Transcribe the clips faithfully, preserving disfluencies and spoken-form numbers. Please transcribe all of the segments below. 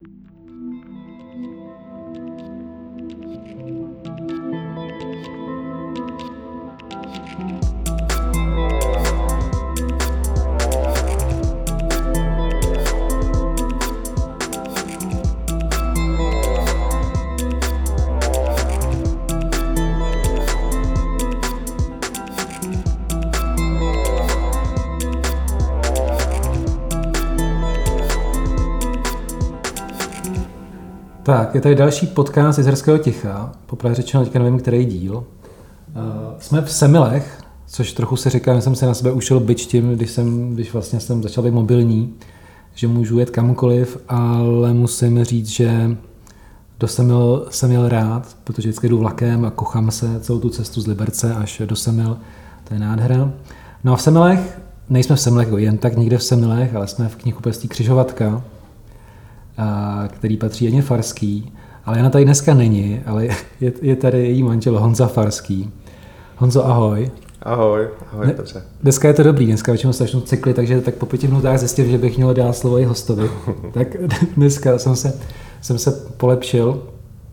Tak, je tady další podcast Jizerského ticha, poprvé řečeno, teďka nevím, který díl. Uh, jsme v Semilech, což trochu se říká, že jsem se na sebe ušel bič tím, když, jsem, když vlastně jsem začal být mobilní, že můžu jet kamkoliv, ale musím říct, že do Semil jsem jel rád, protože vždycky jdu vlakem a kochám se celou tu cestu z Liberce až do Semil, to je nádhera. No a v Semilech, nejsme v Semilech jako jen tak někde v Semilech, ale jsme v knihkupectví Křižovatka, který patří Janě Farský, ale Jana tady dneska není, ale je, je tady její manžel Honza Farský. Honzo, ahoj. Ahoj, ahoj Petře. Dneska je to dobrý, dneska většinou začnu cykly, takže tak po pěti minutách zjistil, že bych měl dát slovo i hostovi. Tak dneska jsem se, jsem se polepšil.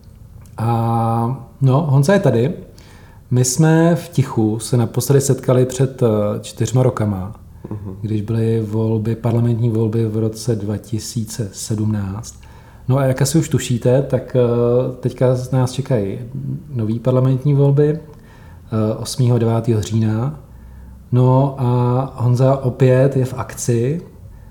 A no, Honza je tady. My jsme v tichu se naposledy setkali před čtyřma rokama, když byly volby, parlamentní volby v roce dva tisíce sedmnáct. No a jak asi už tušíte, tak teďka nás čekají nový parlamentní volby osmého a devátého října. No a Honza opět je v akci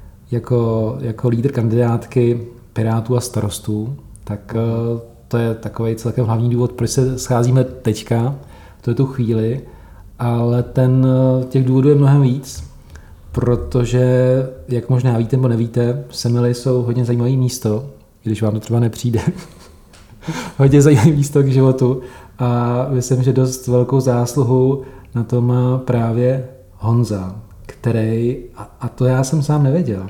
jako, jako lídr kandidátky Pirátů a Starostů. Tak to je takový celkem hlavní důvod, proč se scházíme teďka, to je tu chvíli, ale ten, těch důvodů je mnohem víc. Protože, jak možná víte nebo nevíte, Semily jsou hodně zajímavé místo, když vám to třeba nepřijde. Hodně zajímavé místo k životu a myslím, že dost velkou zásluhu na to má právě Honza, který, a, a to já jsem sám nevěděl,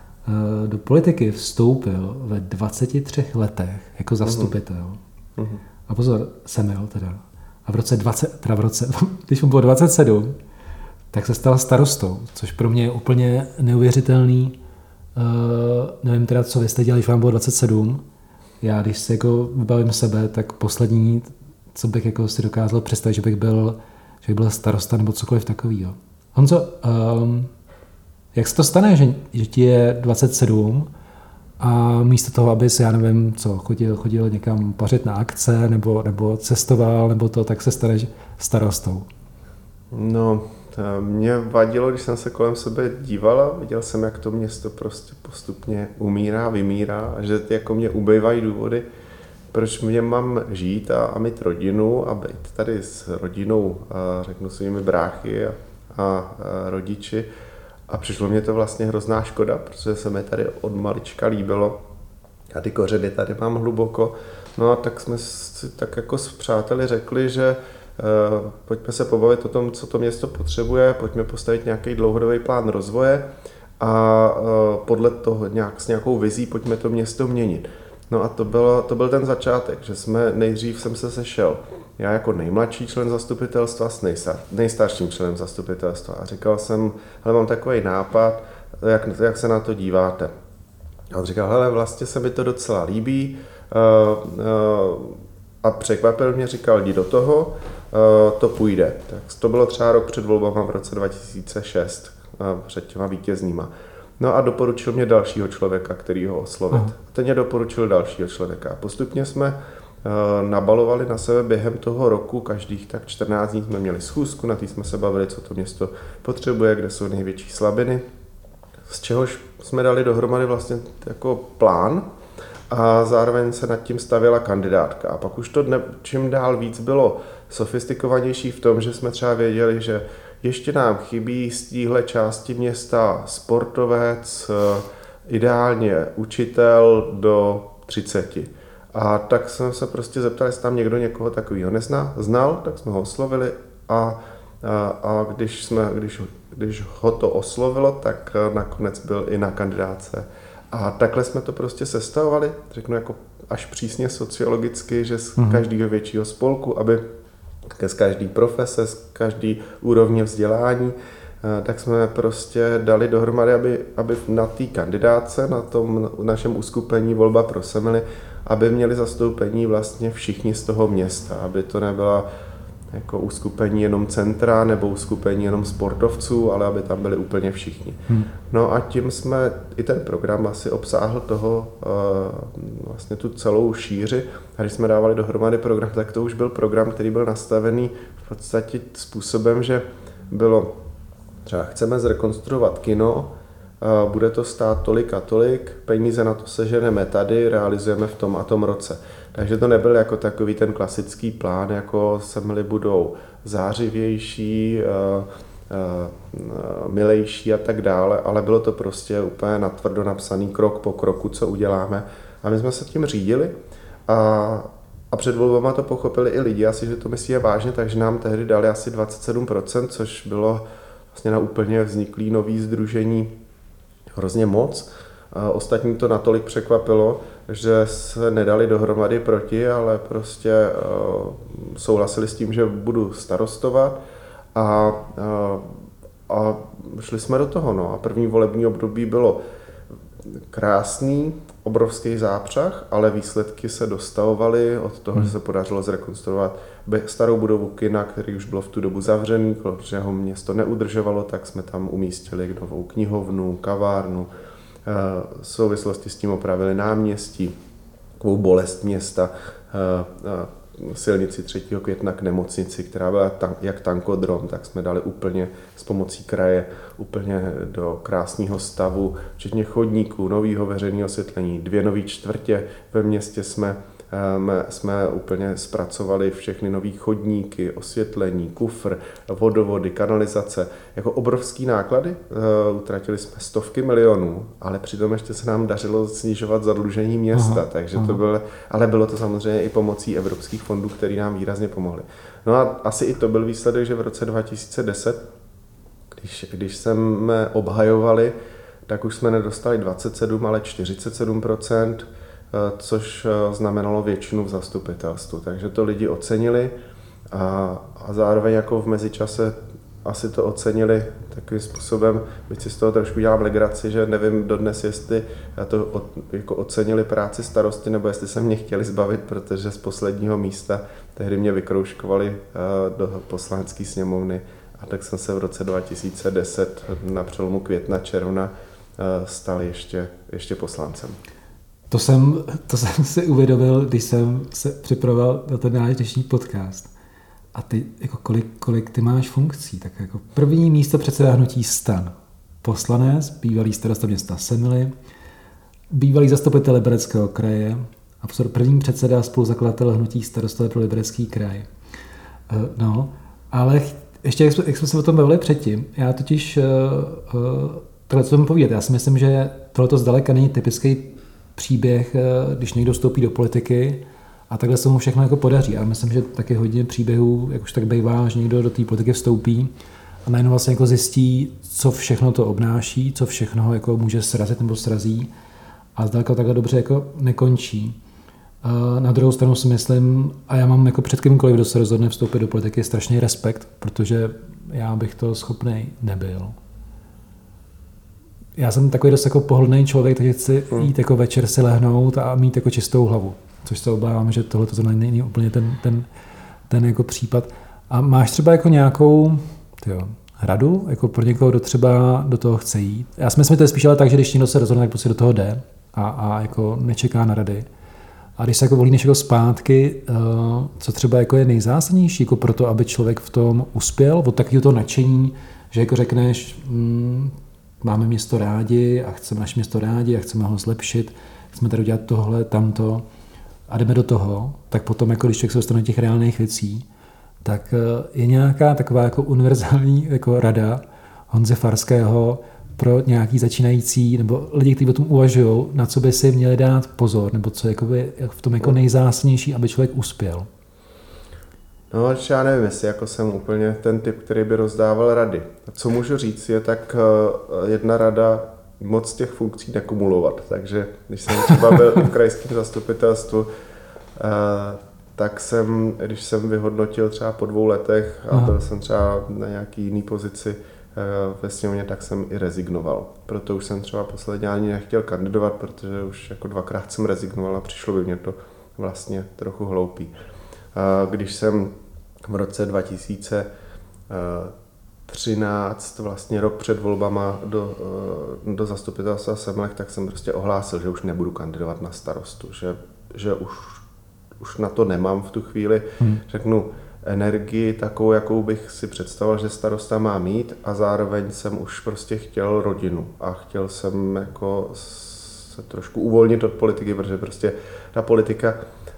do politiky vstoupil ve dvaceti třech letech jako zastupitel. Uh-huh. A pozor, Semil teda. A v roce dvacet, teda v roce, když mu bylo dvacet sedm, tak se stal starostou, což pro mě je úplně neuvěřitelný. Uh, nevím teda, co vy jste dělali, když vám bylo dvacet sedm. Já, když si jako vybavím sebe, tak poslední, co bych jako si dokázal představit, že bych byl, že bych byl starosta nebo cokoliv takového. Honzo, um, jak se to stane, že, že ti je dvacet sedm a místo toho, abys, já nevím, co, chodil, chodil někam pařit na akce nebo, nebo cestoval, nebo to, tak se staneš starostou? No, mě vadilo, když jsem se kolem sebe díval a viděl jsem, jak to město prostě postupně umírá, vymírá a že jako mě ubývají důvody, proč mě mám žít a, a mít rodinu a být tady s rodinou, a řeknu svými bráchy a, a, a rodiči. A přišlo mě to vlastně hrozná škoda, protože se mi tady od malička líbilo a ty kořeny tady mám hluboko. No a tak jsme si tak jako s přáteli řekli, že Uh, pojďme se pobavit o tom, co to město potřebuje, pojďme postavit nějaký dlouhodobý plán rozvoje a uh, podle toho nějak, s nějakou vizí pojďme to město měnit. No a to, bylo, to byl ten začátek, že jsme nejdřív jsem se sešel, já jako nejmladší člen zastupitelstva s nejstar, nejstarším členem zastupitelstva a říkal jsem, hele, mám takový nápad, jak, jak se na to díváte. A on říkal, hele, vlastně se mi to docela líbí, uh, uh, a překvapil mě, říkal, jdi do toho, to půjde. Tak to bylo třeba rok před volbama v roce dva tisíce šest, před těma vítěznýma. No a doporučil mě dalšího člověka, který ho oslovit. Aha. Ten mě doporučil dalšího člověka. Postupně jsme nabalovali na sebe během toho roku, každých tak čtrnáct dní jsme měli schůzku, na té jsme se bavili, co to město potřebuje, kde jsou největší slabiny, z čehož jsme dali dohromady vlastně jako plán, a zároveň se nad tím stavěla kandidátka. A pak už to dne, čím dál víc bylo sofistikovanější v tom, že jsme třeba věděli, že ještě nám chybí z téhle části města sportovec, ideálně učitel do třiceti. A tak jsme se prostě zeptali, jestli tam někdo někoho takového nezná, znal, tak jsme ho oslovili a, a, a když, jsme, když, když ho to oslovilo, tak nakonec byl i na kandidátce. A takhle jsme to prostě sestavovali, řeknu jako až přísně sociologicky, že z každého většího spolku, aby z každé profese, z každé úrovně vzdělání tak jsme prostě dali dohromady, aby, aby na té kandidátce, na tom našem uskupení Volba pro Semily, aby měli zastoupení vlastně všichni z toho města, aby to nebyla jako uskupení jenom centra nebo uskupení jenom sportovců, ale aby tam byli úplně všichni. Hmm. No a tím jsme, i ten program asi obsáhl toho, vlastně tu celou šíři. A když jsme dávali dohromady program, tak to už byl program, který byl nastavený v podstatě způsobem, že bylo třeba chceme zrekonstruovat kino, bude to stát tolik a tolik, peníze na to seženeme tady, realizujeme v tom a tom roce. Takže to nebyl jako takový ten klasický plán, jako Semily budou zářivější, milejší a tak dále, ale bylo to prostě úplně natvrdo napsaný krok po kroku, co uděláme. A my jsme se tím řídili a, a před volbama to pochopili i lidi, asi, že to myslí je vážně, takže nám tehdy dali asi dvacet sedm procent, což bylo vlastně na úplně vzniklý nový sdružení hrozně moc. A ostatní to natolik překvapilo, že se nedali dohromady proti, ale prostě uh, souhlasili s tím, že budu starostovat a, uh, a šli jsme do toho. No. A první volební období bylo krásný, obrovský zápřah, ale výsledky se dostavovaly od toho, hmm. že se podařilo zrekonstruovat starou budovu kina, který už bylo v tu dobu zavřený, protože ho město neudržovalo, tak jsme tam umístili novou knihovnu, kavárnu, v souvislosti s tím opravili náměstí, takovou bolest města, silnici třetího května k nemocnici, která byla jak tankodrom, tak jsme dali úplně s pomocí kraje úplně do krásného stavu, včetně chodníků, nového veřejného osvětlení, dvě nové čtvrtě ve městě jsme jsme úplně zpracovali všechny nový chodníky, osvětlení, kufr, vodovody, kanalizace, jako obrovský náklady. Utratili jsme stovky milionů, ale přitom ještě se nám dařilo snižovat zadlužení města, aha, takže aha. to bylo, ale bylo to samozřejmě i pomocí evropských fondů, které nám výrazně pomohly. No a asi i to byl výsledek, že v roce dva tisíce deset, když, když jsme obhajovali, tak už jsme nedostali dvacet sedm, ale čtyřicet sedm procent, což znamenalo většinu v zastupitelstvu. Takže to lidi ocenili a, a zároveň jako v mezičase asi to ocenili takovým způsobem, byť si z toho trošku dělám legraci, že nevím dodnes, jestli to od, jako ocenili práci starosty, nebo jestli se mě chtěli zbavit, protože z posledního místa tehdy mě vykroužkovali do poslanecké sněmovny a tak jsem se v roce dva tisíce deset na přelomu května, června stal ještě, ještě poslancem. To jsem, to jsem si uvědomil, když jsem se připravoval na ten náš dnešní podcast. A ty, jako kolik, kolik ty máš funkcí? Tak jako první místo předseda hnutí STAN, poslanec, bývalý starosta města Semily, bývalý zastupitel Libereckého kraje a první předseda spoluzakladatel hnutí Starostové pro Liberecký kraj. No, ale ještě jak jsme, jak jsme se o tom bavili předtím, já totiž tohle co mám povídat, já si myslím, že tohleto zdaleka není typický příběh, když někdo vstoupí do politiky a takhle se mu všechno jako podaří. A myslím, že taky hodně příběhů, jak už tak bývá, že někdo do té politiky vstoupí a najednou vlastně jako zjistí, co všechno to obnáší, co všechno ho jako může srazit nebo srazí a zdaleka takhle dobře jako nekončí. A na druhou stranu si myslím, a já mám jako před kýmkoliv, kdo se rozhodne vstoupit do politiky, strašný respekt, protože já bych to schopný nebyl. Já jsem takový dost jako pohodlný člověk, takže chci jít jako večer si lehnout a mít jako čistou hlavu. Což se obávám, že tohle to není úplně ten, ten, ten jako případ. A máš třeba jako nějakou tyjo, radu jako pro někoho, kdo třeba do toho chce jít? Já si myslím, že to je spíš ale tak, že když někdo se rozhodne, tak prostě do toho jde a, a jako nečeká na rady. A když se jako volíš jako zpátky, co třeba jako je nejzásadnější jako pro to, aby člověk v tom uspěl, od takového toho nadšení, že jako řekneš, mm, máme město rádi a chceme naše město rádi a chceme ho zlepšit, chceme tady udělat tohle, tamto a jdeme do toho, tak potom, jako když člověk se dostane těch reálných věcí, tak je nějaká taková jako univerzální jako rada Honzy Farského pro nějaký začínající nebo lidi, kteří o tom uvažují, na co by si měli dát pozor, nebo co je v tom jako nejzásadnější, aby člověk uspěl. No, já nevím, jestli jako jsem úplně ten typ, který by rozdával rady. Co můžu říct, je tak jedna rada moc těch funkcí nekumulovat. Takže když jsem třeba byl v krajském zastupitelstvu, tak jsem, když jsem vyhodnotil třeba po dvou letech a byl jsem třeba na nějaký jiný pozici ve sněmovně, tak jsem i rezignoval. Proto už jsem třeba posledně ani nechtěl kandidovat, protože už jako dvakrát jsem rezignoval a přišlo by mě to vlastně trochu hloupý. Když jsem v roce dva tisíce třináct, vlastně rok před volbama do, do zastupitelstva Semlech, tak jsem prostě ohlásil, že už nebudu kandidovat na starostu, že, že už, už na to nemám v tu chvíli. Hmm. Řeknu, energii takovou, jakou bych si představoval, že starosta má mít, a zároveň jsem už prostě chtěl rodinu a chtěl jsem jako se trošku uvolnit od politiky, protože prostě ta politika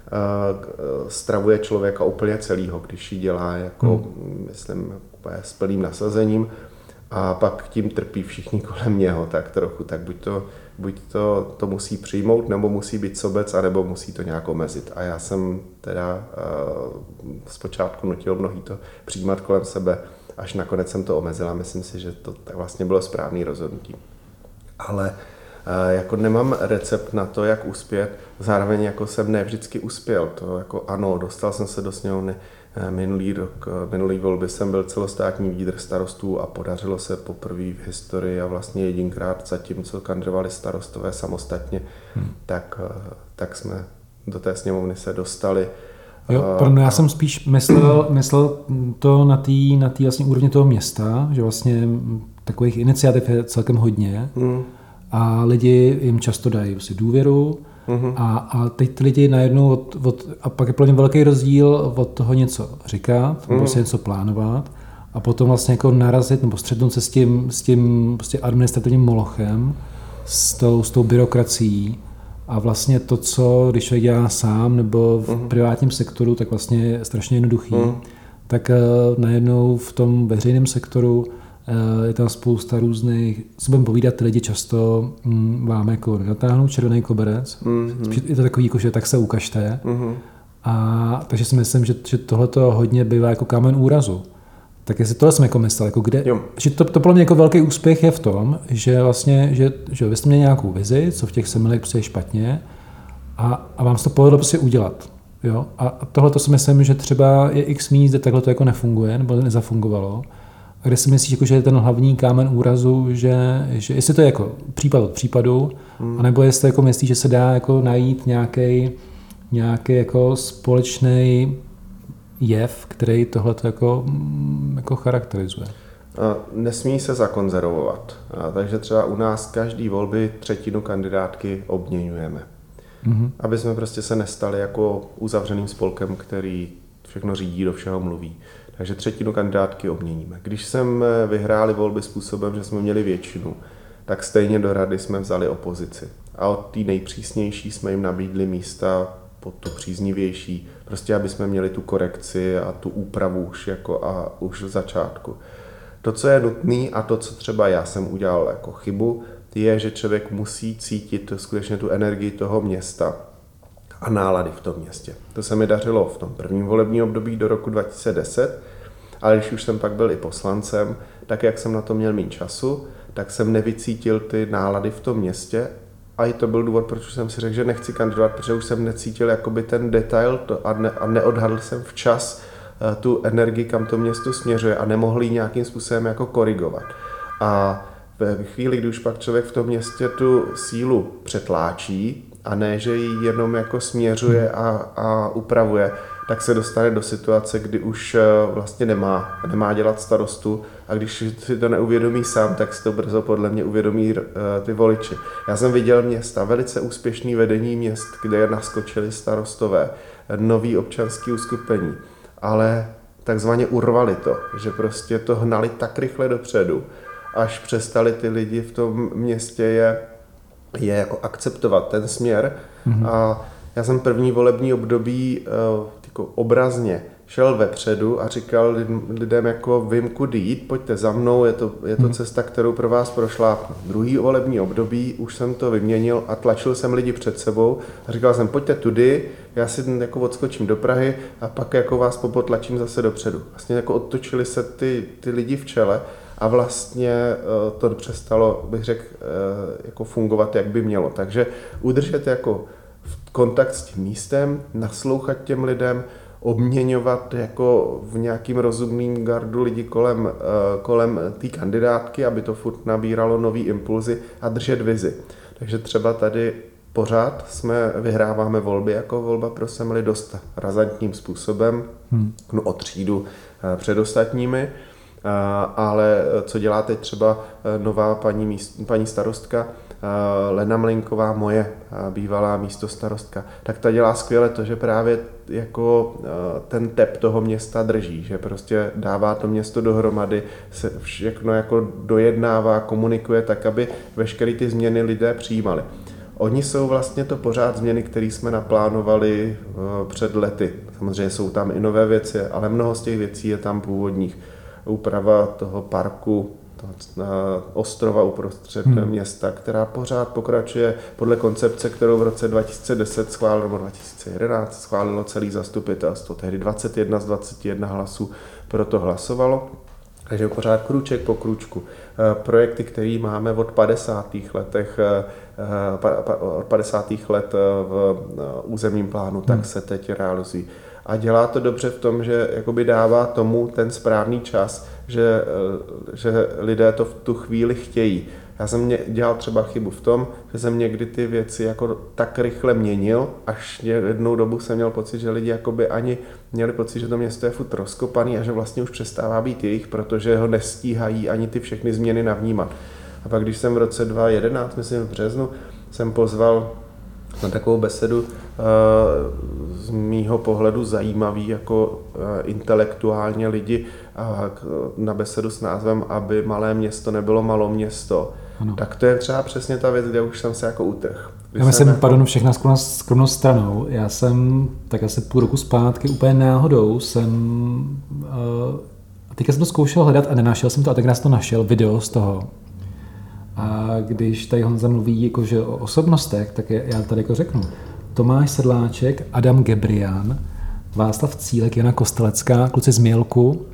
uh, stravuje člověka úplně celýho, když ji dělá jako, hmm. myslím, s plným nasazením, a pak tím trpí všichni kolem něho tak trochu, tak buď to, buď to, to musí přijmout, nebo musí být sobec, anebo musí to nějak omezit. A já jsem teda uh, zpočátku nutil mnohý to přijímat kolem sebe, až nakonec jsem to omezil a myslím si, že to tak vlastně bylo správné rozhodnutí. Ale uh, jako nemám recept na to, jak uspět, zároveň jako jsem ne vždycky uspěl. To jako ano, dostal jsem se do sněmovny. Minulý rok, minulý volby jsem byl celostátní lídr starostů a podařilo se poprvé v historii a vlastně jedinkrát zatím, co kandidovali starostové samostatně, hmm. tak, tak jsme do té sněmovny se dostali. Jo, pardon, já jsem spíš myslel, myslel to na té na tý vlastně úrovni toho města, že vlastně takových iniciativ je celkem hodně hmm. a lidi jim často dají si důvěru. Uhum. A, a teď ty lidi najednou od, od, a pak je pro ně velký rozdíl od toho něco říkat, nebo prostě něco plánovat a potom vlastně jako narazit nebo střetnout se s tím, s tím prostě administrativním molochem, s tou, s tou byrokracií, a vlastně to, co když člověk dělá sám nebo v uhum. privátním sektoru, tak vlastně je strašně jednoduchý, uhum. tak uh, najednou v tom veřejném sektoru je tam spousta různých, co budeme povídat, ty lidi často mm, vám jako natáhnou červený koberec. Mm-hmm. Je to takový, jako, že tak se ukažte. Mm-hmm. A takže si myslím, že, že tohleto hodně bývá jako kámen úrazu. Tak jestli tohle jsem jako myslel, jako kde, že to, to pro mě jako velký úspěch je v tom, že vlastně, že, že vy jste měli nějakou vizi, co v těch Semlech prostě je špatně, a, a vám se to povedlo prostě udělat. Jo? A tohle to si myslím, že třeba je x míst, kde takhle to jako nefunguje, nebo nezafungovalo. A kde si myslíš, jako, že je ten hlavní kámen úrazu, že, že jestli to je jako případ od případu, hmm. anebo jestli jako myslíš, že se dá jako najít nějaký nějaký jako společný jev, který tohleto jako, jako charakterizuje. Nesmí se zakonzervovat. Takže třeba u nás každý volby třetinu kandidátky obměňujeme. Mm-hmm. Aby jsme prostě se nestali jako uzavřeným spolkem, který všechno řídí, do všeho mluví. Takže třetinu kandidátky obměníme. Když jsme vyhráli volby způsobem, že jsme měli většinu, tak stejně do rady jsme vzali opozici. A od té nejpřísnější jsme jim nabídli místa pod tu příznivější, prostě aby jsme měli tu korekci a tu úpravu už, jako a už v začátku. To, co je nutné a to, co třeba já jsem udělal jako chybu, je, že člověk musí cítit skutečně tu energii toho města a nálady v tom městě. To se mi dařilo v tom prvním volebním období do roku dva tisíce deset, ale když už jsem pak byl i poslancem, tak jak jsem na to měl méně času, tak jsem nevycítil ty nálady v tom městě, a i to byl důvod, proč jsem si řekl, že nechci kandidovat, protože už jsem necítil jakoby ten detail to a, ne, a neodhadl jsem včas uh, tu energii, kam to město směřuje, a nemohl ji nějakým způsobem jako korigovat. A ve chvíli, kdy už pak člověk v tom městě tu sílu přetláčí, a ne, že ji jenom jako směřuje a, a upravuje, tak se dostane do situace, kdy už vlastně nemá, nemá dělat starostu, a když si to neuvědomí sám, tak si to brzo podle mě uvědomí ty voliči. Já jsem viděl města, velice úspěšný vedení měst, kde naskočili starostové, nový občanský uskupení, ale takzvaně urvali to, že prostě to hnali tak rychle dopředu, až přestali ty lidi v tom městě je je jako akceptovat ten směr. Mm-hmm. A já jsem první volební období uh, jako obrazně šel vepředu a říkal lidem jako vím, kudy jít, pojďte za mnou, je to, je to mm-hmm. cesta, kterou pro vás prošlápnu. Druhý volební období už jsem to vyměnil a tlačil jsem lidi před sebou a říkal jsem, pojďte tudy, já si jako odskočím do Prahy a pak jako vás popotlačím zase dopředu. Vlastně jako odtočili se ty, ty lidi v čele. A vlastně to přestalo, bych řekl, jako fungovat, jak by mělo. Takže udržet jako kontakt s tím místem, naslouchat těm lidem, obměňovat jako v nějakým rozumným gardu lidi kolem, kolem té kandidátky, aby to furt nabíralo nový impulzy a držet vizi. Takže třeba tady pořád jsme, vyhráváme volby jako Volba pro Semily dost razantním způsobem, hmm. no o třídu před ostatními, ale co dělá teď třeba nová paní, míst, paní starostka Lena Mlejnková, moje bývalá místostarostka, tak ta dělá skvěle to, že právě jako ten tep toho města drží, že prostě dává to město dohromady, se všechno jako dojednává, komunikuje tak, aby veškeré ty změny lidé přijímali. Oni jsou vlastně to pořád změny, které jsme naplánovali před lety. Samozřejmě jsou tam i nové věci, ale mnoho z těch věcí je tam původních. Úprava toho parku, toho ostrova uprostřed hmm. města, která pořád pokračuje podle koncepce, kterou v roce dva tisíce deset schválilo, nebo dva tisíce jedenáct schválilo celý zastupitelstvo. Tehdy dvacet jedna z dvaceti jednoho hlasů pro to hlasovalo. Takže pořád krůček po krůčku. Projekty, které máme od padesátých letech, od padesátých let v územním plánu, tak hmm. se teď realizují. A dělá to dobře v tom, že jakoby dává tomu ten správný čas, že, že lidé to v tu chvíli chtějí. Já jsem dělal třeba chybu v tom, že jsem někdy ty věci jako tak rychle měnil, až jednou dobu jsem měl pocit, že lidi jakoby ani měli pocit, že to město je furt rozkopaný a že vlastně už přestává být jejich, protože ho nestíhají ani ty všechny změny navnímat. A pak když jsem v roce dva tisíce jedenáct, myslím v březnu, jsem pozval na takovou besedu z mýho pohledu zajímavý jako intelektuálně lidi na besedu s názvem Aby malé město nebylo maloměsto. Ano. Tak to je třeba přesně ta věc, kde už jsem se jako utrhl. Já myslím, jako... pardon, všechna skromnou stranou. Já jsem tak asi půl roku zpátky úplně náhodou jsem a teďka jsem to zkoušel hledat a nenašel jsem to a tak jsem to našel, video z toho. A když tady Honza mluví jakože o osobnostech, tak je, já tady jako řeknu. Tomáš Sedláček, Adam Gebrian, Václav Cílek, Jana Kostelecká, kluci z Mělku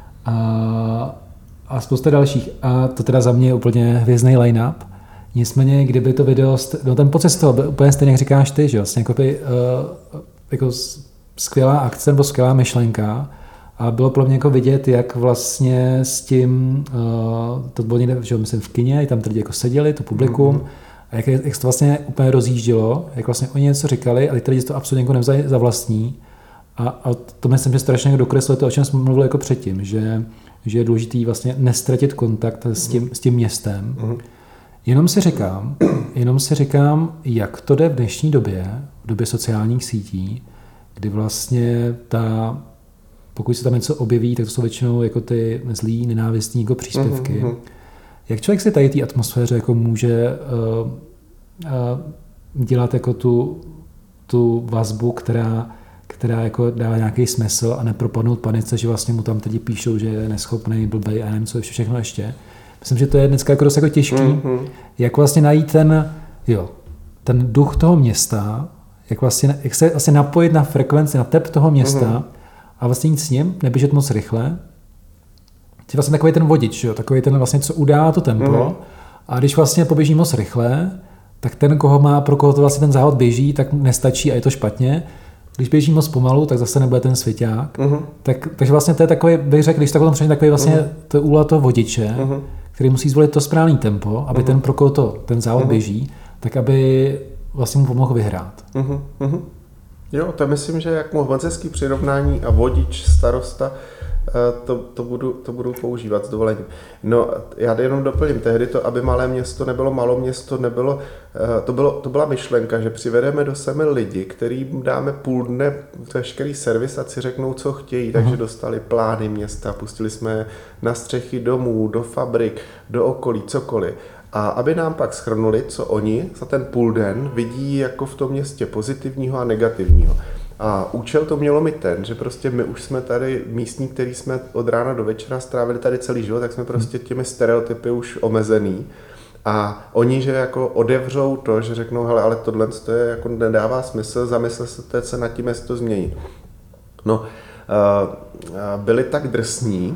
a, a spousta dalších. A to teda za mě je úplně hvězdný line-up. Nicméně, kdyby to video, no ten pocit z toho byl úplně stejně, jak říkáš ty, že vlastně jako, by, uh, jako skvělá akce nebo skvělá myšlenka. A bylo pro mě jako vidět, jak vlastně s tím, uh, to bylo někde, že myslím v kině, tam lidi jako seděli, to publikum, mm-hmm. a jak, jak se to vlastně úplně rozjíždělo, jak vlastně oni něco říkali, ale ty lidi to absolutně jako nevzali za vlastní. A, a to myslím, že strašně dokresluje to, o čem jsme mluvili jako předtím, že, že je důležitý vlastně nestratit kontakt s tím, s tím městem. Mm-hmm. Jenom si říkám, jenom si říkám, jak to jde v dnešní době, v době sociálních sítí, kdy vlastně ta pokud se tam něco objeví, tak to jsou většinou jako ty zlý, nenávistní jako příspěvky. Mm-hmm. Jak člověk si tady té atmosféře jako může uh, uh, dělat jako tu, tu vazbu, která, která jako dá nějaký smysl a nepropadnout panice, že vlastně mu tam teď píšou, že je neschopný, blbej a nevím co ještě všechno ještě. Myslím, že to je dneska jako dost jako těžký. Mm-hmm. Jak vlastně najít ten, jo, ten duch toho města, jak, vlastně, jak se vlastně napojit na frekvenci, na tep toho města, mm-hmm. a vlastně nic s ním, neběžet moc rychle. Je vlastně takový ten vodič, jo? Takový ten vlastně, co udá to tempo. Mm. A když vlastně poběží moc rychle, tak ten, koho má, pro koho to vlastně ten závod běží, tak nestačí a je to špatně. Když běží moc pomalu, tak zase nebude ten svěťák. Mm. Tak, takže vlastně to je takový, bych řekl, když tak potom přijde takový vlastně mm. to úla toho vodiče, mm. který musí zvolit to správný tempo, aby mm. ten, pro koho to, ten závod mm. běží, tak aby vlastně mu pomohl vyhrát. Mm. Jo, to myslím, že jak moc hezký přirovnání a vodič, starosta, to, to, budu, to budu používat s dovolením. No, já jenom doplním, tehdy to, aby malé město nebylo maloměsto, nebylo, to, bylo, to byla myšlenka, že přivedeme do Semil lidi, kterým dáme půl dne veškerý servis a si řeknou, co chtějí, takže dostali plány města, pustili jsme na střechy domů, do fabrik, do okolí, cokoliv. A aby nám pak shrnuli, co oni za ten půl den vidí jako v tom městě pozitivního a negativního. A účel to mělo mi ten, že prostě my už jsme tady místní, který jsme od rána do večera strávili tady celý život, tak jsme prostě těmi stereotypy už omezený. A oni, že jako odevřou to, že řeknou, hele, ale tohle to je, jako nedává smysl, zamyslete se nad tím, jestli to změnit. No, byli tak drsní,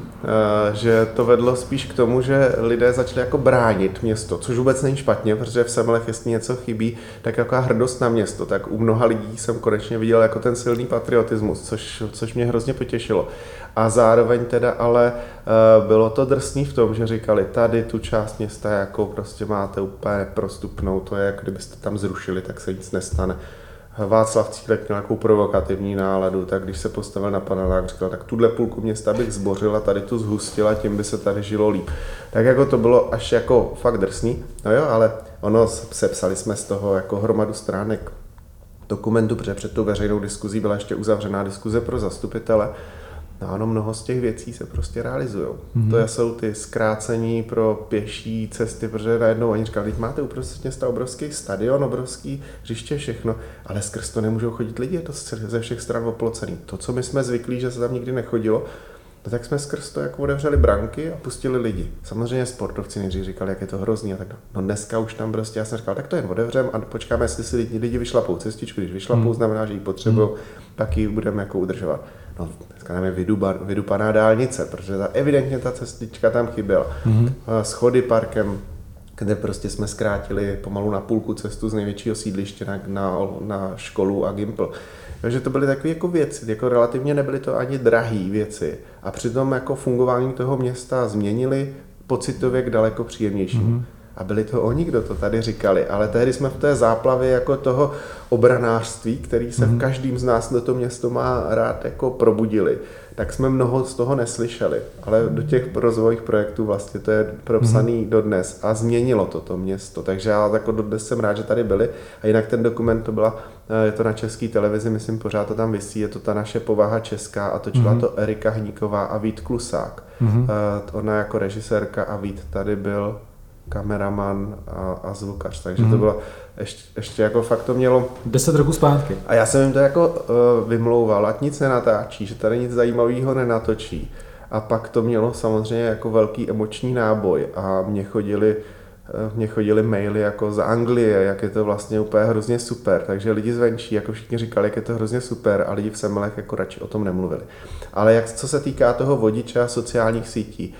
že to vedlo spíš k tomu, že lidé začali jako bránit město, což vůbec není špatně, protože v Semlech, jestli něco chybí, tak jaká hrdost na město, tak u mnoha lidí jsem konečně viděl jako ten silný patriotismus, což, což mě hrozně potěšilo. A zároveň teda ale bylo to drsný v tom, že říkali, tady tu část města jako prostě máte úplně neprostupnou, to je, jako kdybyste tam zrušili, tak se nic nestane. Václav Cílek měl nějakou provokativní náladu, tak když se postavil na panelák, říkal, tak tuhle půlku města bych zbořil a tady tu zhustil a tím by se tady žilo líp. Tak jako to bylo až jako fakt drsný, no jo, ale ono, sepsali jsme z toho jako hromadu stránek dokumentu, protože před tou veřejnou diskuzí byla ještě uzavřená diskuze pro zastupitele. No ano, mnoho z těch věcí se prostě realizují. Mm-hmm. To jsou ty zkrácení pro pěší cesty, protože najednou oni říkali, teď máte uprostřed města obrovský stadion, obrovský hřiště, všechno, ale skrz to nemůžou chodit lidi, je to ze všech stran oplocený. To, co my jsme zvyklí, že se tam nikdy nechodilo, no tak jsme skrz to jako otevřeli branky a pustili lidi. Samozřejmě sportovci nejdřív říkali, jak je to hrozný a tak. No dneska už tam prostě, já jsem říkal, tak to jen otevřem a počkáme, jestli si lidi, lidi vyšlapou cestičku, když vyšlapou, mm. znamená, že ji potřebují, mm. pak ji budeme jako udržovat. No, dneska nám je vyduba, vydupaná dálnice, protože ta, evidentně ta cestička tam chyběla. Mm-hmm. Schody parkem, kde prostě jsme zkrátili pomalu na půlku cestu z největšího sídliště na, na, na školu a Gimpl. Takže to byly takové jako věci, jako relativně nebyly to ani drahé věci. A přitom jako fungování toho města změnili pocitově k daleko příjemnějšímu. Mm-hmm. A byli to oni, kdo to tady říkali, ale tehdy jsme v té záplavě jako toho obranářství, který se mm-hmm. v každém z nás, kdo to město má rád, jako probudili, tak jsme mnoho z toho neslyšeli, ale do těch rozvojových projektů vlastně to je propsaný mm-hmm. dodnes a změnilo to to město, takže já jako dodnes jsem rád, že tady byli a jinak ten dokument to byla, je to na České televizi, myslím pořád to tam visí, je to ta naše povaha česká a točila mm-hmm. to Erika Hníková a Vít Klusák, mm-hmm. ona jako režisérka a Vít tady byl kameraman a, a zvukař, takže mm. to bylo ještě, ještě jako fakt to mělo deset roků zpátky. A já jsem jim to jako uh, vymlouval, ať nic nenatáčí, že tady nic zajímavého nenatočí. A pak to mělo samozřejmě jako velký emoční náboj a mě chodili, uh, mě chodili maily jako z Anglie, jak je to vlastně úplně hrozně super, takže lidi zvenčí jako všichni říkali, jak je to hrozně super a lidi v Semlech jako radši o tom nemluvili. Ale jak, co se týká toho vodiče a sociálních sítí,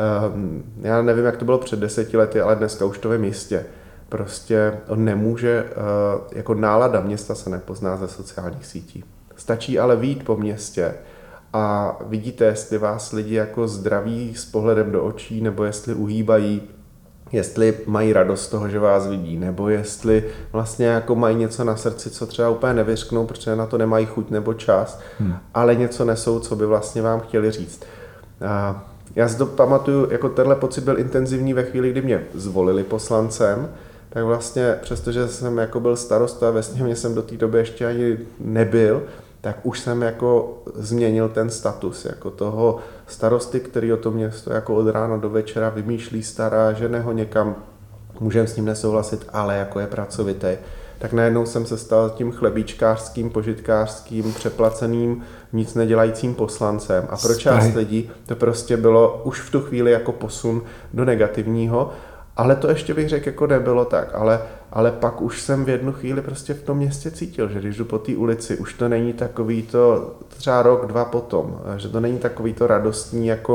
já nevím, jak to bylo před deseti lety, ale dneska už to ve městě. Prostě on nemůže, jako nálada města se nepozná ze sociálních sítí. Stačí ale vyjít po městě a vidíte, jestli vás lidi jako zdraví s pohledem do očí, nebo jestli uhýbají, jestli mají radost z toho, že vás vidí, nebo jestli vlastně jako mají něco na srdci, co třeba úplně nevyřknou, protože na to nemají chuť nebo čas, hmm. ale něco nesou, co by vlastně vám chtěli říct. A já si to pamatuju, jako tenhle pocit byl intenzivní ve chvíli, kdy mě zvolili poslancem, tak vlastně přestože jsem jako byl starosta, ve sněmě jsem do té doby ještě ani nebyl, tak už jsem jako změnil ten status jako toho starosty, který o to město jako od rána do večera vymýšlí, stará, žene ho někam, můžeme s ním nesouhlasit, ale jako je pracovitý. Tak najednou jsem se stal tím chlebíčkářským, požitkářským, přeplaceným, nic nedělajícím poslancem. A pro část lidí to prostě bylo už v tu chvíli jako posun do negativního, ale to ještě bych řekl, jako nebylo tak. Ale, ale pak už jsem v jednu chvíli prostě v tom městě cítil, že když jdu po té ulici, už to není takový to, třeba rok, dva potom, že to není takový to radostní, jako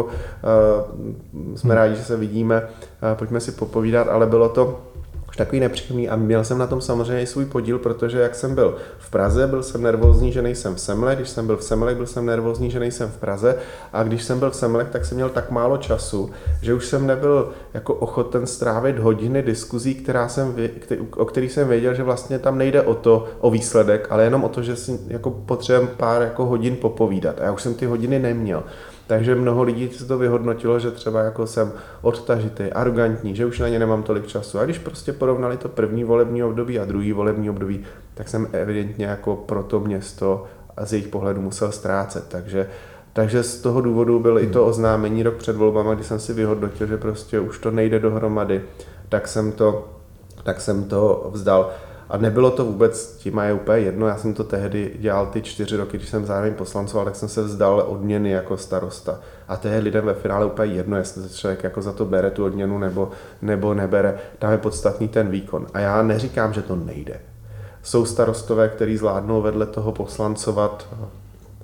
uh, jsme rádi, že se vidíme, uh, pojďme si popovídat, ale bylo to takový nepříjemný a měl jsem na tom samozřejmě i svůj podíl, protože jak jsem byl v Praze, byl jsem nervózní, že nejsem v Semlech, když jsem byl v Semlech, byl jsem nervózní, že nejsem v Praze a když jsem byl v Semlech, tak jsem měl tak málo času, že už jsem nebyl jako ochoten strávit hodiny diskuzí, která jsem, o kterých jsem věděl, že vlastně tam nejde o to, o výsledek, ale jenom o to, že si jako potřebujeme pár jako hodin popovídat a já už jsem ty hodiny neměl. Takže mnoho lidí si to vyhodnotilo, že třeba jako jsem odtažitý, arrogantní, že už na ně nemám tolik času. A když prostě porovnali to první volební období a druhý volební období, tak jsem evidentně jako pro to město a z jejich pohledu musel ztrácet. Takže, takže z toho důvodu byl hmm. i to oznámení rok před volbama, kdy jsem si vyhodnotil, že prostě už to nejde dohromady, tak jsem to, tak jsem to vzdal. A nebylo to vůbec tím a je úplně jedno, já jsem to tehdy dělal ty čtyři roky, když jsem zároveň poslancoval, tak jsem se vzdal odměny jako starosta. A to je lidem ve finále úplně jedno, jestli se člověk jako za to bere tu odměnu nebo, nebo nebere, tam je podstatný ten výkon. A já neříkám, že to nejde. Jsou starostové, kteří zvládnou vedle toho poslancovat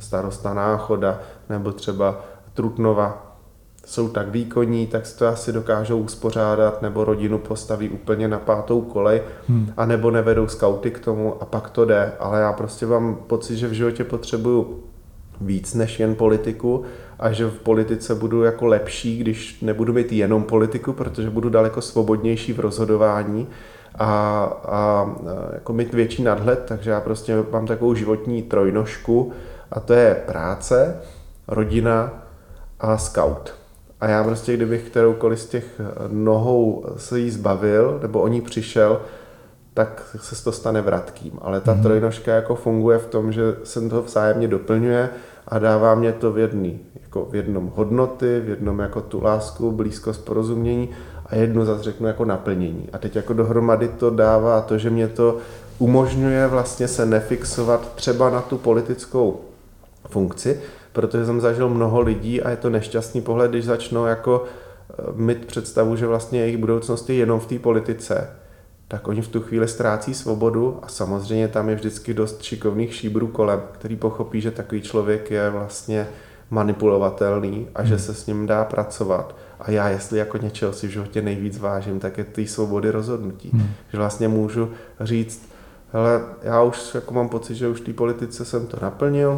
starosta Náchoda nebo třeba Trutnova jsou tak výkonní, tak si to asi dokážou uspořádat, nebo rodinu postaví úplně na pátou kolej, hmm. a nebo nevedou skauty k tomu a pak to jde. Ale já prostě mám pocit, že v životě potřebuju víc než jen politiku a že v politice budu jako lepší, když nebudu mít jenom politiku, protože budu daleko svobodnější v rozhodování a, a jako mít větší nadhled, takže já prostě mám takovou životní trojnožku a to je práce, rodina a scout. A já prostě, kdybych kteroukoliv z těch nohou se jí zbavil, nebo o ní přišel, tak se to stane vratkým. Ale ta mm-hmm. trojnožka jako funguje v tom, že se to vzájemně doplňuje a dává mě to v jedný, jako v jednom hodnoty, v jednom jako tu lásku, blízkost, porozumění a jednu zase řeknu jako naplnění. A teď jako dohromady to dává to, že mě to umožňuje vlastně se nefixovat třeba na tu politickou funkci, protože jsem zažil mnoho lidí a je to nešťastný pohled, když začnou jako mít představu, že vlastně jejich budoucnost je jenom v té politice, tak oni v tu chvíli ztrácí svobodu a samozřejmě tam je vždycky dost šikovných šíbrů kolem, který pochopí, že takový člověk je vlastně manipulovatelný a že se s ním dá pracovat. A já, jestli jako něčeho si v životě nejvíc vážím, tak je ty svobody rozhodnutí. Hmm. Že vlastně můžu říct, hele, já už jako mám pocit, že už v té politice jsem to naplnil,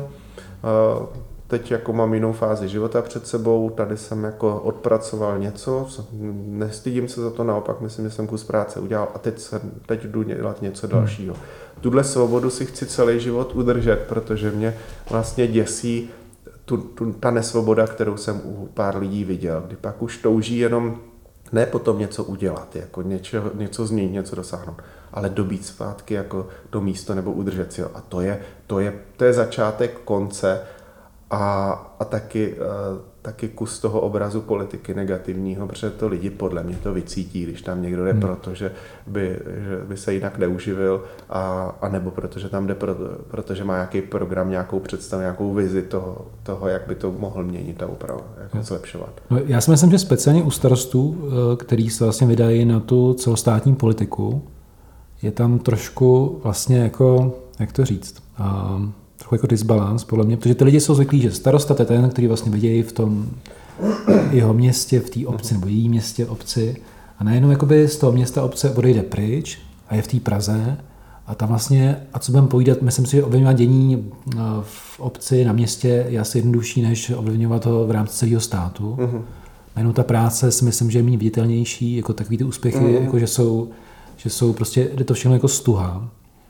teď jako mám jinou fázi života před sebou, tady jsem jako odpracoval něco, nestydím se za to, naopak myslím, že jsem kus práce udělal a teď, jsem, teď jdu dělat něco dalšího. Tuhle svobodu si chci celý život udržet, protože mě vlastně děsí tu, tu, ta nesvoboda, kterou jsem u pár lidí viděl, kdy pak už touží jenom ne potom něco udělat, jako něco, něco změnit, něco dosáhnout, ale dobít zpátky jako to místo nebo udržet si ho. A to je, to je, to je začátek konce a, a taky, uh, taky kus toho obrazu politiky negativního, protože to lidi podle mě to vycítí, když tam někdo jde hmm. proto, že by, že by se jinak neuživil, a, a nebo protože tam jde proto, protože má nějaký program, nějakou představu, nějakou vizi toho, toho, jak by to mohl měnit a upravovat, jako hmm. zlepšovat. No, já si myslím, že speciálně u starostů, který se vlastně vydají na tu celostátní politiku, je tam trošku vlastně jako, jak to říct, a trochu jako disbalans podle mě, protože ty lidi jsou zvyklí, že starosta to je ten, který vlastně vidějí v tom jeho městě, v té obci nebo její městě, obci a najednou jakoby z toho města obce odejde pryč a je v té Praze a tam vlastně, a co budeme povídat, myslím si, že ovlivňovat dění v obci, na městě je asi jednodušší, než ovlivňovat ho v rámci celého státu. Uh-huh. Najednou ta práce si myslím, že je méně viditelnější, jako takový ty úspěchy, uh-huh. jako že jsou, že jsou prostě, jde to všechno jako stuha.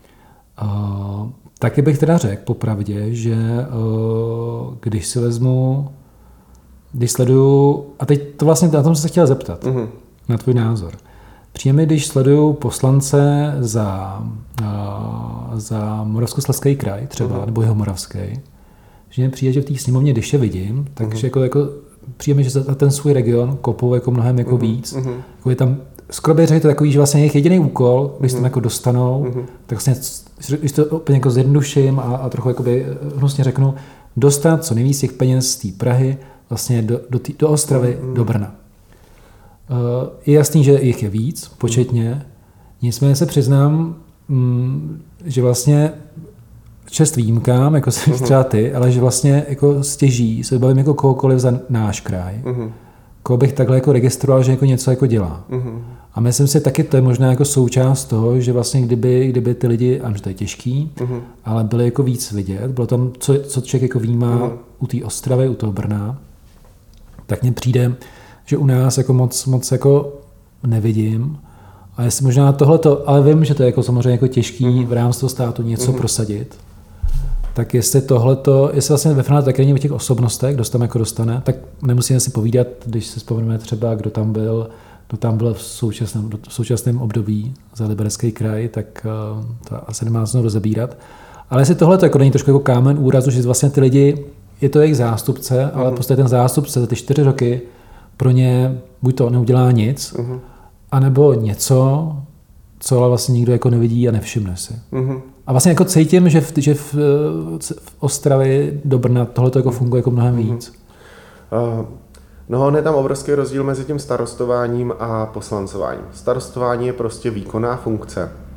Uh, taky bych teda řekl popravdě, že uh, když si vezmu, když sleduju, a teď to vlastně na tom jsem se chtěl zeptat, uh-huh. na tvůj názor. Přijde mi, když sleduju poslance za, uh, za Moravskoslezský kraj třeba, uh-huh. nebo jeho Moravský, že mi přijde, že v té sněmovně, když je vidím, takže uh-huh. jako, jako přijde mi, že za ten svůj region kopou jako mnohem jako uh-huh. víc. Uh-huh. Jako je tam skoro bych řekl to takový, že vlastně jejich jediný úkol, když mm-hmm. tam jako dostanou, mm-hmm. tak vlastně, když to úplně jako zjednoduším a, a trochu jakoby hnusně řeknu, dostat co nejvíc těch peněz z té Prahy vlastně do, do, tý, do Ostravy, mm-hmm. do Brna. Uh, je jasný, že jich je víc, početně, nicméně se přiznám, mm, že vlastně čest výjimkám, jako jsi mm-hmm. třeba ty, ale že vlastně jako stěží, se bavím jako kohokoliv za náš kraj, mm-hmm. koho bych takhle jako registroval, že jako něco jako dělá. Mm-hmm. A myslím si, taky to je možná jako součást toho, že vlastně kdyby, kdyby ty lidi, a že to je těžký, mm-hmm. ale byly jako víc vidět, bylo tam, co, co člověk jako vnímá mm-hmm. u té Ostravy, u toho Brna, tak mně přijde, že u nás jako moc, moc jako nevidím. A jestli možná tohleto, ale vím, že to je jako samozřejmě jako těžký mm-hmm. v rámci toho státu něco mm-hmm. prosadit, tak jestli tohleto, jestli vlastně ve finále taky není o těch osobnostech, kdo se tam jako dostane, tak nemusíme si povídat, když se vzpomeneme třeba, kdo tam byl, kdo tam byl v současném, v současném období za Liberecký kraj, tak uh, to asi nemá znovu rozebírat. Ale jestli tohleto jako není trošku jako kámen úrazu, že vlastně ty lidi, je to jejich zástupce, ale uh-huh. prostě ten zástupce za ty čtyři roky pro ně buď to neudělá nic, uh-huh. anebo něco, co ale vlastně nikdo jako nevidí a nevšimne si. Uh-huh. A vlastně jako cítím, že v, že v, v Ostravě do Brna tohleto jako funguje jako mnohem víc. Uh, no, on je tam obrovský rozdíl mezi tím starostováním a poslancováním. Starostování je prostě výkonná funkce.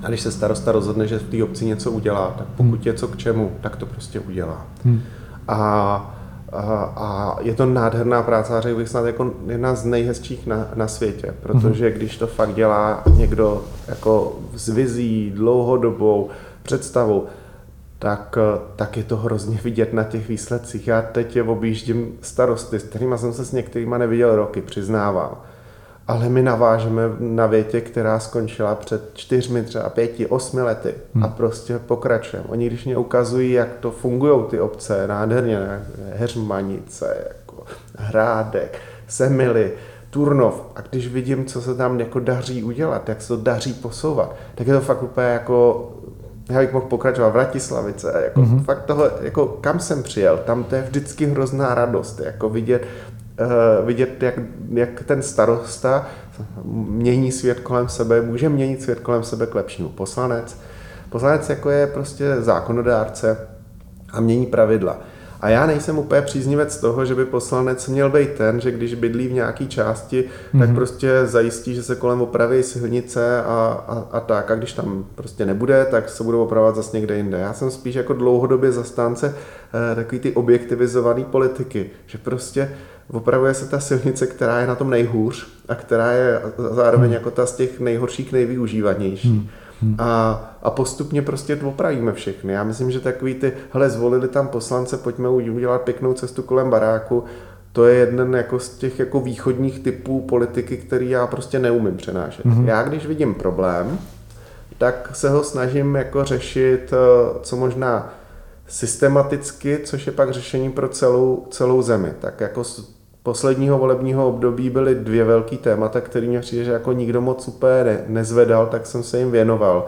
A když se starosta rozhodne, že v té obci něco udělá, tak pokud je co k čemu, tak to prostě udělá. Hmm. A, a, a je to nádherná práce, a řekl bych snad jako jedna z nejhezčích na, na světě, protože když to fakt dělá někdo jako s vizí, dlouhodobou představou, tak, tak je to hrozně vidět na těch výsledcích. Já teď je objíždím starosty, s kterými jsem se s některýma neviděl roky, přiznávám. Ale my navážeme na větě, která skončila před čtyřmi, třeba pěti, osmi lety hmm. a prostě pokračujeme. Oni když mě ukazují, jak to fungují ty obce, nádherně, Heřmanice, jako Hrádek, Semily, Turnov, a když vidím, co se tam jako daří udělat, jak se to daří posouvat, tak je to fakt úplně jako, já bych mohl pokračovat, Vratislavice, jako hmm. fakt tohle, jako kam jsem přijel, tam to je vždycky hrozná radost, jako vidět, Uh, vidět, jak, jak ten starosta mění svět kolem sebe, může měnit svět kolem sebe k lepšímu. Poslanec, poslanec jako je prostě zákonodárce a mění pravidla. A já nejsem úplně příznivec toho, že by poslanec měl být ten, že když bydlí v nějaké části, mm-hmm. tak prostě zajistí, že se kolem opraví silnice a, a, a tak. A když tam prostě nebude, tak se budou opravovat zase někde jinde. Já jsem spíš jako dlouhodobě zastánce eh, takový ty objektivizované politiky, že prostě opravuje se ta silnice, která je na tom nejhůř a která je zároveň jako ta z těch nejhorších nejvyužívanější. Hmm. Hmm. A, a postupně prostě opravíme všechny. Já myslím, že takový ty, hele, zvolili tam poslance, pojďme udělat pěknou cestu kolem baráku, to je jeden jako z těch jako východních typů politiky, který já prostě neumím přenášet. Hmm. Já když vidím problém, tak se ho snažím jako řešit co možná systematicky, což je pak řešení pro celou, celou zemi. Tak jako z posledního volebního období byly dvě velký témata, které mě přijde, že jako nikdo moc úplně ne, nezvedal, tak jsem se jim věnoval.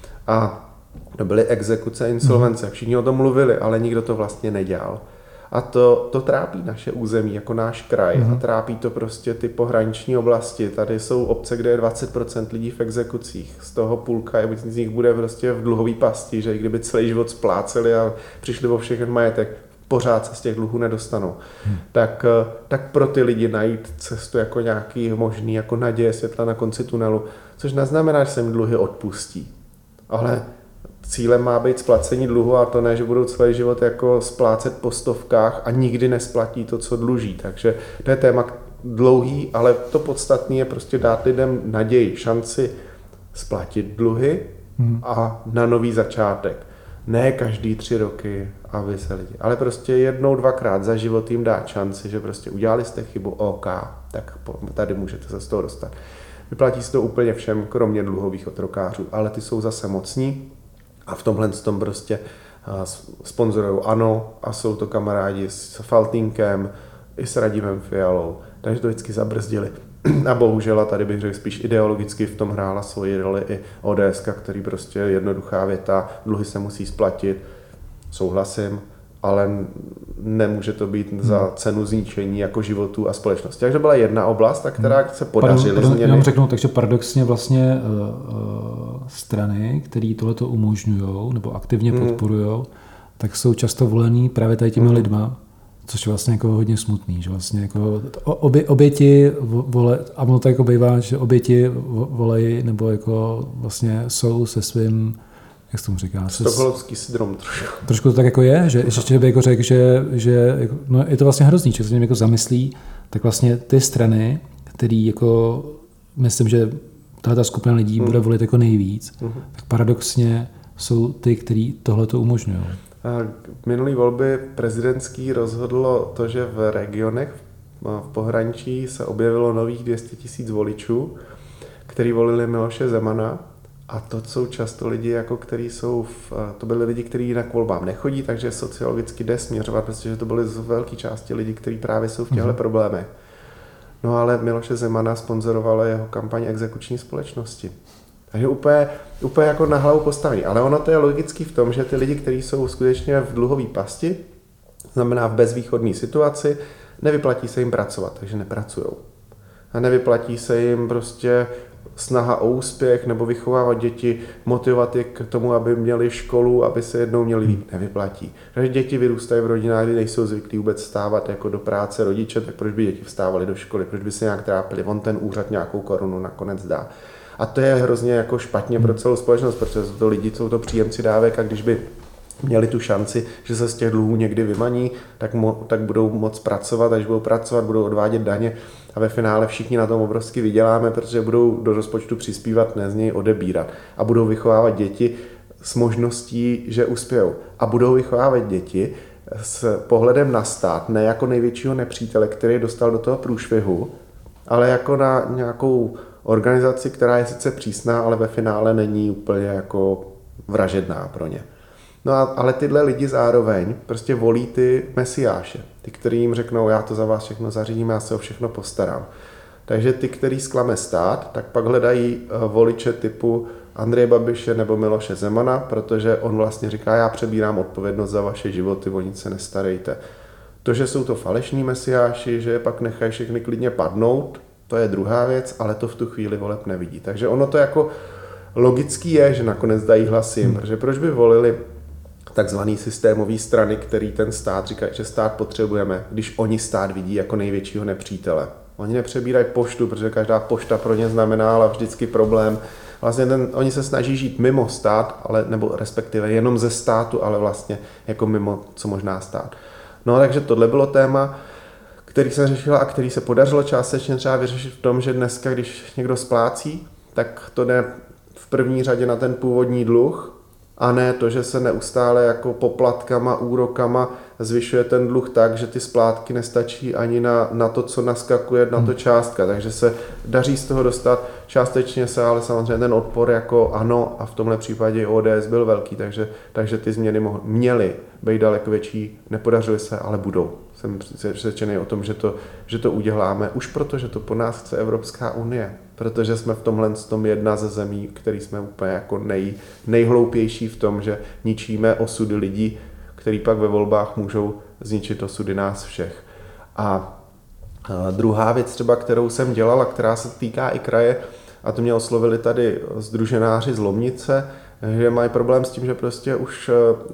A to byly exekuce, insolvence. Všichni o tom mluvili, ale nikdo to vlastně nedělal. A to, to trápí naše území, jako náš kraj. Mm-hmm. A trápí to prostě ty pohraniční oblasti. Tady jsou obce, kde je dvacet procent lidí v exekucích. Z toho půlka z nich bude prostě v dluhové pasti, že i kdyby celý život spláceli a přišli o všechen majetek, pořád se z těch dluhů nedostanou. Hmm. Tak, tak pro ty lidi najít cestu jako nějaký možný, jako naděje, světla na konci tunelu, což neznamená, že se jim dluhy odpustí. Ale cílem má být splacení dluhu a to ne, že budou celý život jako splácet po stovkách a nikdy nesplatí to, co dluží. Takže to je téma dlouhý, ale to podstatné je prostě dát lidem naději, šanci splatit dluhy hmm. a na nový začátek. Ne každý tři roky, aby se lidi, ale prostě jednou, dvakrát za život jim dát šanci, že prostě udělali jste chybu, OK, tak tady můžete se z toho dostat. Vyplatí se to úplně všem, kromě dluhových otrokářů, ale ty jsou zase mocní a v tomhle tom prostě sponzorují ANO a jsou to kamarádi s Faltýnkem i s Radimem Fialou, takže to vždycky zabrzdili. A bohužel, a tady bych řekl spíš ideologicky, v tom hrála svoji roli i O D S, který prostě jednoduchá věta, dluhy se musí splatit, souhlasím, ale nemůže to být hmm. za cenu zničení jako životů a společnosti. Takže byla jedna oblast, která se podařily pardon, změny. Jenom řeknu, takže paradoxně vlastně uh, uh, strany, které tohleto umožňují nebo aktivně hmm. podporují, tak jsou často volený právě tady těmi hmm. lidma, což je vlastně jako hodně smutný, že vlastně jako obě, oběti vole, a ono to jako bývá, že oběti volejí nebo jako vlastně jsou se svým, jak se tomu říká? Stockholmský syndrom trošku. Trošku to tak jako je, že ještě by jako řekl, že, že jako, no je to vlastně hrozný, že se tím jako zamyslí, tak vlastně ty strany, který jako, myslím, že tato skupina lidí hmm. bude volit jako nejvíc, hmm. tak paradoxně jsou ty, kteří tohleto umožňují. Minulý volby prezidentský rozhodlo to, že v regionech v pohraničí se objevilo nových dvě stě tisíc voličů, kteří volili Miloše Zemana, a to jsou často lidi, jako který jsou v, to byli lidi, kteří jinak k volbám nechodí, takže sociologicky jde směřovat, protože to byly z velké části lidí, kteří právě jsou v těchto mm-hmm. problémech. No ale Miloše Zemana sponzorovala jeho kampaň exekuční společnosti. Takže úplně, úplně jako na hlavu postavený. Ale ono to je logický v tom, že ty lidi, kteří jsou skutečně v dluhové pasti, znamená v bezvýchodné situaci, nevyplatí se jim pracovat, takže nepracujou. A nevyplatí se jim prostě snaha o úspěch nebo vychovávat děti, motivovat je k tomu, aby měli školu, aby se jednou měli líp, nevyplatí. Takže děti vyrůstají v rodinách, kdy nejsou zvyklí vůbec vstávat jako do práce rodiče, tak proč by děti vstávaly do školy, proč by se nějak trápili, on ten úřad nějakou korunu nakonec dá. A to je hrozně jako špatně pro celou společnost, protože to lidi jsou to příjemci dávek a když by měli tu šanci, že se z těch dluhů někdy vymaní, tak, mo, tak budou moc pracovat, až budou pracovat, budou odvádět daně a ve finále všichni na tom obrovsky vyděláme, protože budou do rozpočtu přispívat, ne z něj odebírat a budou vychovávat děti s možností, že uspějou. A budou vychovávat děti s pohledem na stát, ne jako největšího nepřítele, který dostal do toho průšvihu, ale jako na nějakou organizaci, která je sice přísná, ale ve finále není úplně jako vražedná pro ně. No a, ale tyhle lidi zároveň prostě volí ty mesiáše, ty, kteří jim řeknou, já to za vás všechno zařídím, já se o všechno postarám. Takže ty, který zklame stát, tak pak hledají voliče typu Andreje Babiše nebo Miloše Zemana, protože on vlastně říká, já přebírám odpovědnost za vaše životy, o nic se nestarejte. To, že jsou to falešní mesiáši, že je pak nechají všechny klidně padnout, to je druhá věc, ale to v tu chvíli voleb nevidí. Takže ono to jako logický je, že nakonec dají hlasy, hmm. protože proč by volili takzvaný systémový strany, který ten stát říká, že stát potřebujeme, když oni stát vidí jako největšího nepřítele. Oni nepřebírají poštu, protože každá pošta pro ně znamená ale vždycky problém. Vlastně ten, oni se snaží žít mimo stát, ale, nebo respektive jenom ze státu, ale vlastně jako mimo co možná stát. No takže tohle bylo téma, který jsem řešila a který se podařilo částečně třeba vyřešit v tom, že dneska, když někdo splácí, tak to jde v první řadě na ten původní dluh, a ne to, že se neustále jako poplatkama, úrokama zvyšuje ten dluh tak, že ty splátky nestačí ani na, na to, co naskakuje na to částka. Takže se daří z toho dostat, částečně se, ale samozřejmě ten odpor jako ano, a v tomhle případě O D S byl velký, takže, takže ty změny mohly, měly být daleko větší, nepodařily se, ale budou. Jsem přesvědčený o tom, že to, že to uděláme, už proto, že to po nás chce Evropská unie, protože jsme v tomhle tom jedna ze zemí, který jsme úplně jako nej, nejhloupější v tom, že ničíme osudy lidí, který pak ve volbách můžou zničit osudy nás všech. A, a druhá věc třeba, kterou jsem dělal a která se týká i kraje, a to mě oslovili tady sdruženáři z Lomnice, že mají problém s tím, že prostě už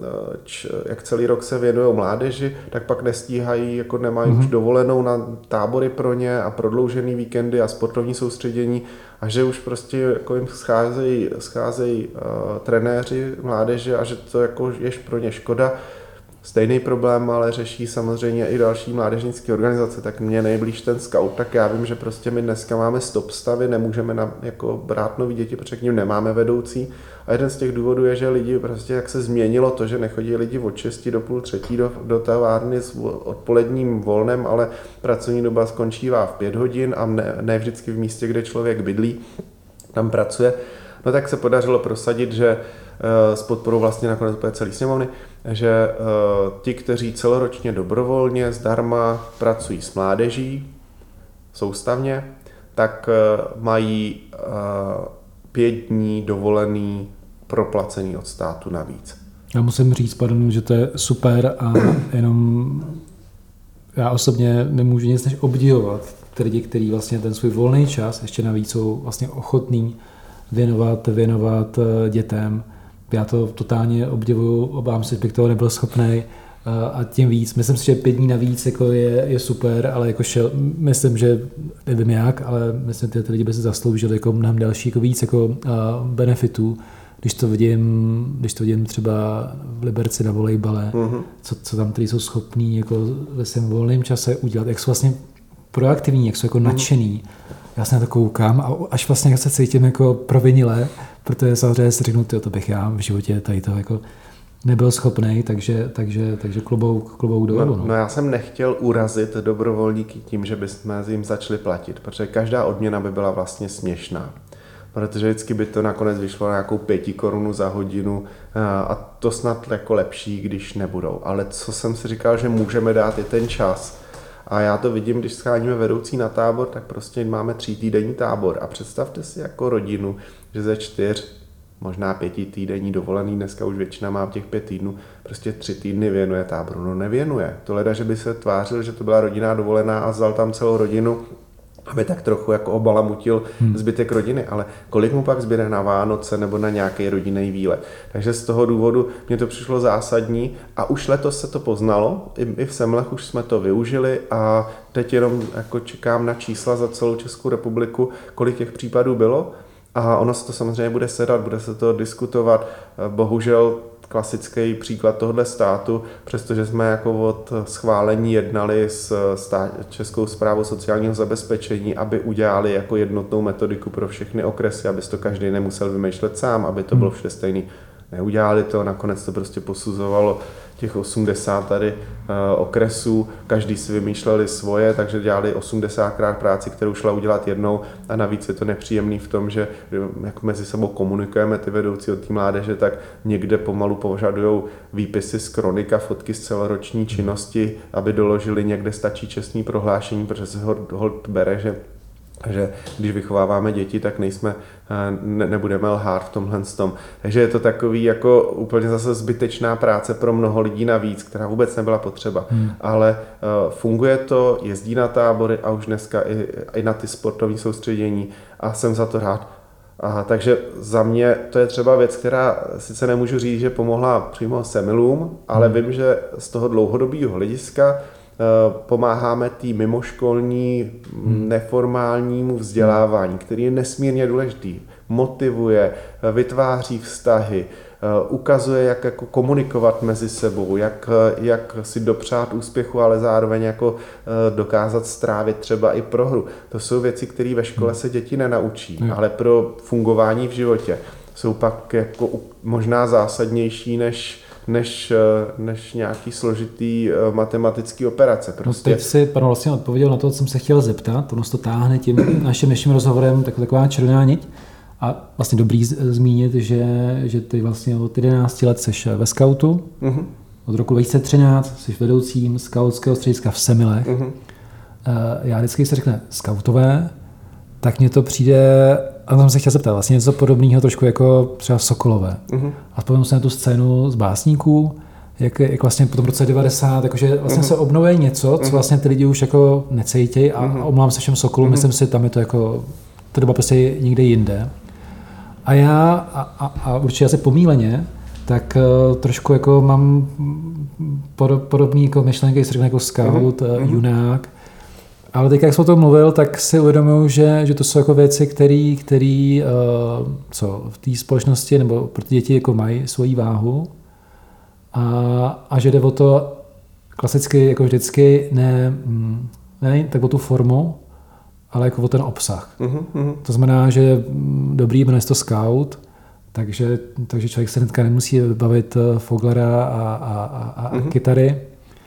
č, jak celý rok se věnují mládeži, tak pak nestíhají, jako nemají mm-hmm. už dovolenou na tábory pro ně a prodloužený víkendy a sportovní soustředění a že už prostě jako jim scházejí, scházejí uh, trenéři mládeže a že to jako je pro ně škoda. Stejný problém ale řeší samozřejmě i další mládežnické organizace, tak mě nejblíž ten scout, tak já vím, že prostě my dneska máme stop stavy, nemůžeme na, jako brát nový děti, protože k ním nemáme vedoucí. A jeden z těch důvodů je, že lidi prostě jak se změnilo to, že nechodí lidi od šesti do půl třetí do, do tavárny s odpoledním volnem, ale pracovní doba skončívá v pět hodin a ne, ne vždycky v místě, kde člověk bydlí, tam pracuje. No tak se podařilo prosadit, že s podporou vlastně nakonec celý sněmovny, že ti, kteří celoročně dobrovolně zdarma pracují s mládeží soustavně, tak mají pět dní dovolený proplacený od státu navíc. Já musím říct, pardon, že to je super a jenom já osobně nemůžu nic než obdivovat ty lidi, kteří vlastně ten svůj volný čas ještě navíc jsou vlastně ochotní věnovat, věnovat dětem. Já to totálně obdivuju, obávám se, že bych toho nebyl schopný a tím víc. Myslím si, že pět dní navíc jako je, je super, ale jako šel, myslím, že nevím jak, ale myslím, že ty lidi by se zasloužili jako mnohem další, jako víc jako uh, benefitů. Když to vidím, když to vidím třeba v Liberci na volejbale, mm-hmm. co, co tam tady jsou schopní jako ve svém volném čase udělat, jak jsou vlastně proaktivní, jak jsou jako mm-hmm. nadšený. Já se na to koukám a až vlastně se cítím jako provinile, protože samozřejmě si řeknu, tyjo, to bych já v životě tady to jako nebyl schopnej, takže, takže, takže klobouk, klobouk dolů. No, no. no já jsem nechtěl urazit dobrovolníky tím, že bychom jim začali platit, protože každá odměna by byla vlastně směšná. Protože vždycky by to nakonec vyšlo na nějakou pěti korunu za hodinu a to snad jako lepší, když nebudou. Ale co jsem si říkal, že můžeme dát i ten čas. A já to vidím, když scháníme vedoucí na tábor, tak prostě máme tří týdenní tábor. A představte si jako rodinu, že ze čtyř, možná pěti týdenní dovolený, dneska už většina má těch pět týdnů, prostě tři týdny věnuje táboru. No nevěnuje. To leda, že by se tvářil, že to byla rodinná dovolená a vzal tam celou rodinu, aby tak trochu jako obalamutil hmm. zbytek rodiny, ale kolik mu pak zbyde na Vánoce nebo na nějaký rodinný výlet. Takže z toho důvodu mě to přišlo zásadní a už letos se to poznalo, i, i v Semlech už jsme to využili a teď jenom jako čekám na čísla za celou Českou republiku, kolik těch případů bylo A ono se to samozřejmě bude sedat, bude se to diskutovat. Bohužel klasický příklad tohoto státu, přestože jsme jako od schválení jednali s stát, Českou správou sociálního zabezpečení, aby udělali jako jednotnou metodiku pro všechny okresy, aby to každý nemusel vymýšlet sám, aby to bylo vše stejný. Neudělali to, nakonec to prostě posuzovalo těch osmdesát tady uh, okresů, každý si vymýšleli svoje, takže dělali osmdesátkrát práci, kterou šla udělat jednou a navíc je to nepříjemný v tom, že jak mezi sebou komunikujeme ty vedoucí od té mládeže, tak někde pomalu požadujou výpisy z kronika, fotky z celoroční činnosti, aby doložili, někde stačí čestný prohlášení, protože se holt bere, že že když vychováváme děti, tak nejsme, ne, nebudeme lhát v tomhle tom. Takže je to takový jako úplně zase zbytečná práce pro mnoho lidí navíc, která vůbec nebyla potřeba. Hmm. Ale uh, funguje to, jezdí na tábory a už dneska i, i na ty sportovní soustředění a jsem za to rád. A, takže za mě to je třeba věc, která sice nemůžu říct, že pomohla přímo Semilům, ale hmm. vím, že z toho dlouhodobého hlediska pomáháme té mimoškolní hmm. neformálnímu vzdělávání, který je nesmírně důležitý. Motivuje, vytváří vztahy, ukazuje, jak jako komunikovat mezi sebou, jak, jak si dopřát úspěchu, ale zároveň jako dokázat strávit třeba i prohru. To jsou věci, které ve škole se děti nenaučí, hmm. ale pro fungování v životě jsou pak jako možná zásadnější než Než, než nějaký složitý matematický operace. Prostě. No teď si pan vlastně odpověděl na to, co jsem se chtěl zeptat. Ono se to táhne tím naším dnešním rozhovorem, tak, taková červená niť. A vlastně dobrý zmínit, že, že ty vlastně od jedenácti let seš ve skautu. Uh-huh. Od roku dva tisíce třináct jsi vedoucím skautského střediska v Semilech. Uh-huh. Já vždycky, když se řekne skautové, tak mně to přijde, a tam se chtěl zeptat, vlastně něco podobného trošku jako třeba Sokolové. Uh-huh. A vzpomínám se na tu scénu z Básníků, jak, jak vlastně po tom roce devadesát, jakože vlastně uh-huh. se obnovuje něco, co vlastně ty lidi už jako necejtějí a uh-huh. omlám se všem Sokolům, uh-huh. myslím si, tam je to jako, ta doba prostě někde jinde. A já, a, a, a určitě asi pomíleně, tak uh, trošku jako mám pod, podobný jako myšlenky, když se řekne jako scout, uh-huh. uh, junák. Ale teď, jak jsem o tom mluvil, tak si uvědomuji, že, že to jsou jako věci, které uh, co v té společnosti nebo pro ty děti jako mají svoji váhu a, a že jde o to klasicky, jako vždycky, ne, ne tak o tu formu, ale jako o ten obsah. Uh-huh. To znamená, že dobrý, jmenuje se to scout, takže, takže člověk se hnedka nemusí bavit Foglera a, a, a, a uh-huh. kytary,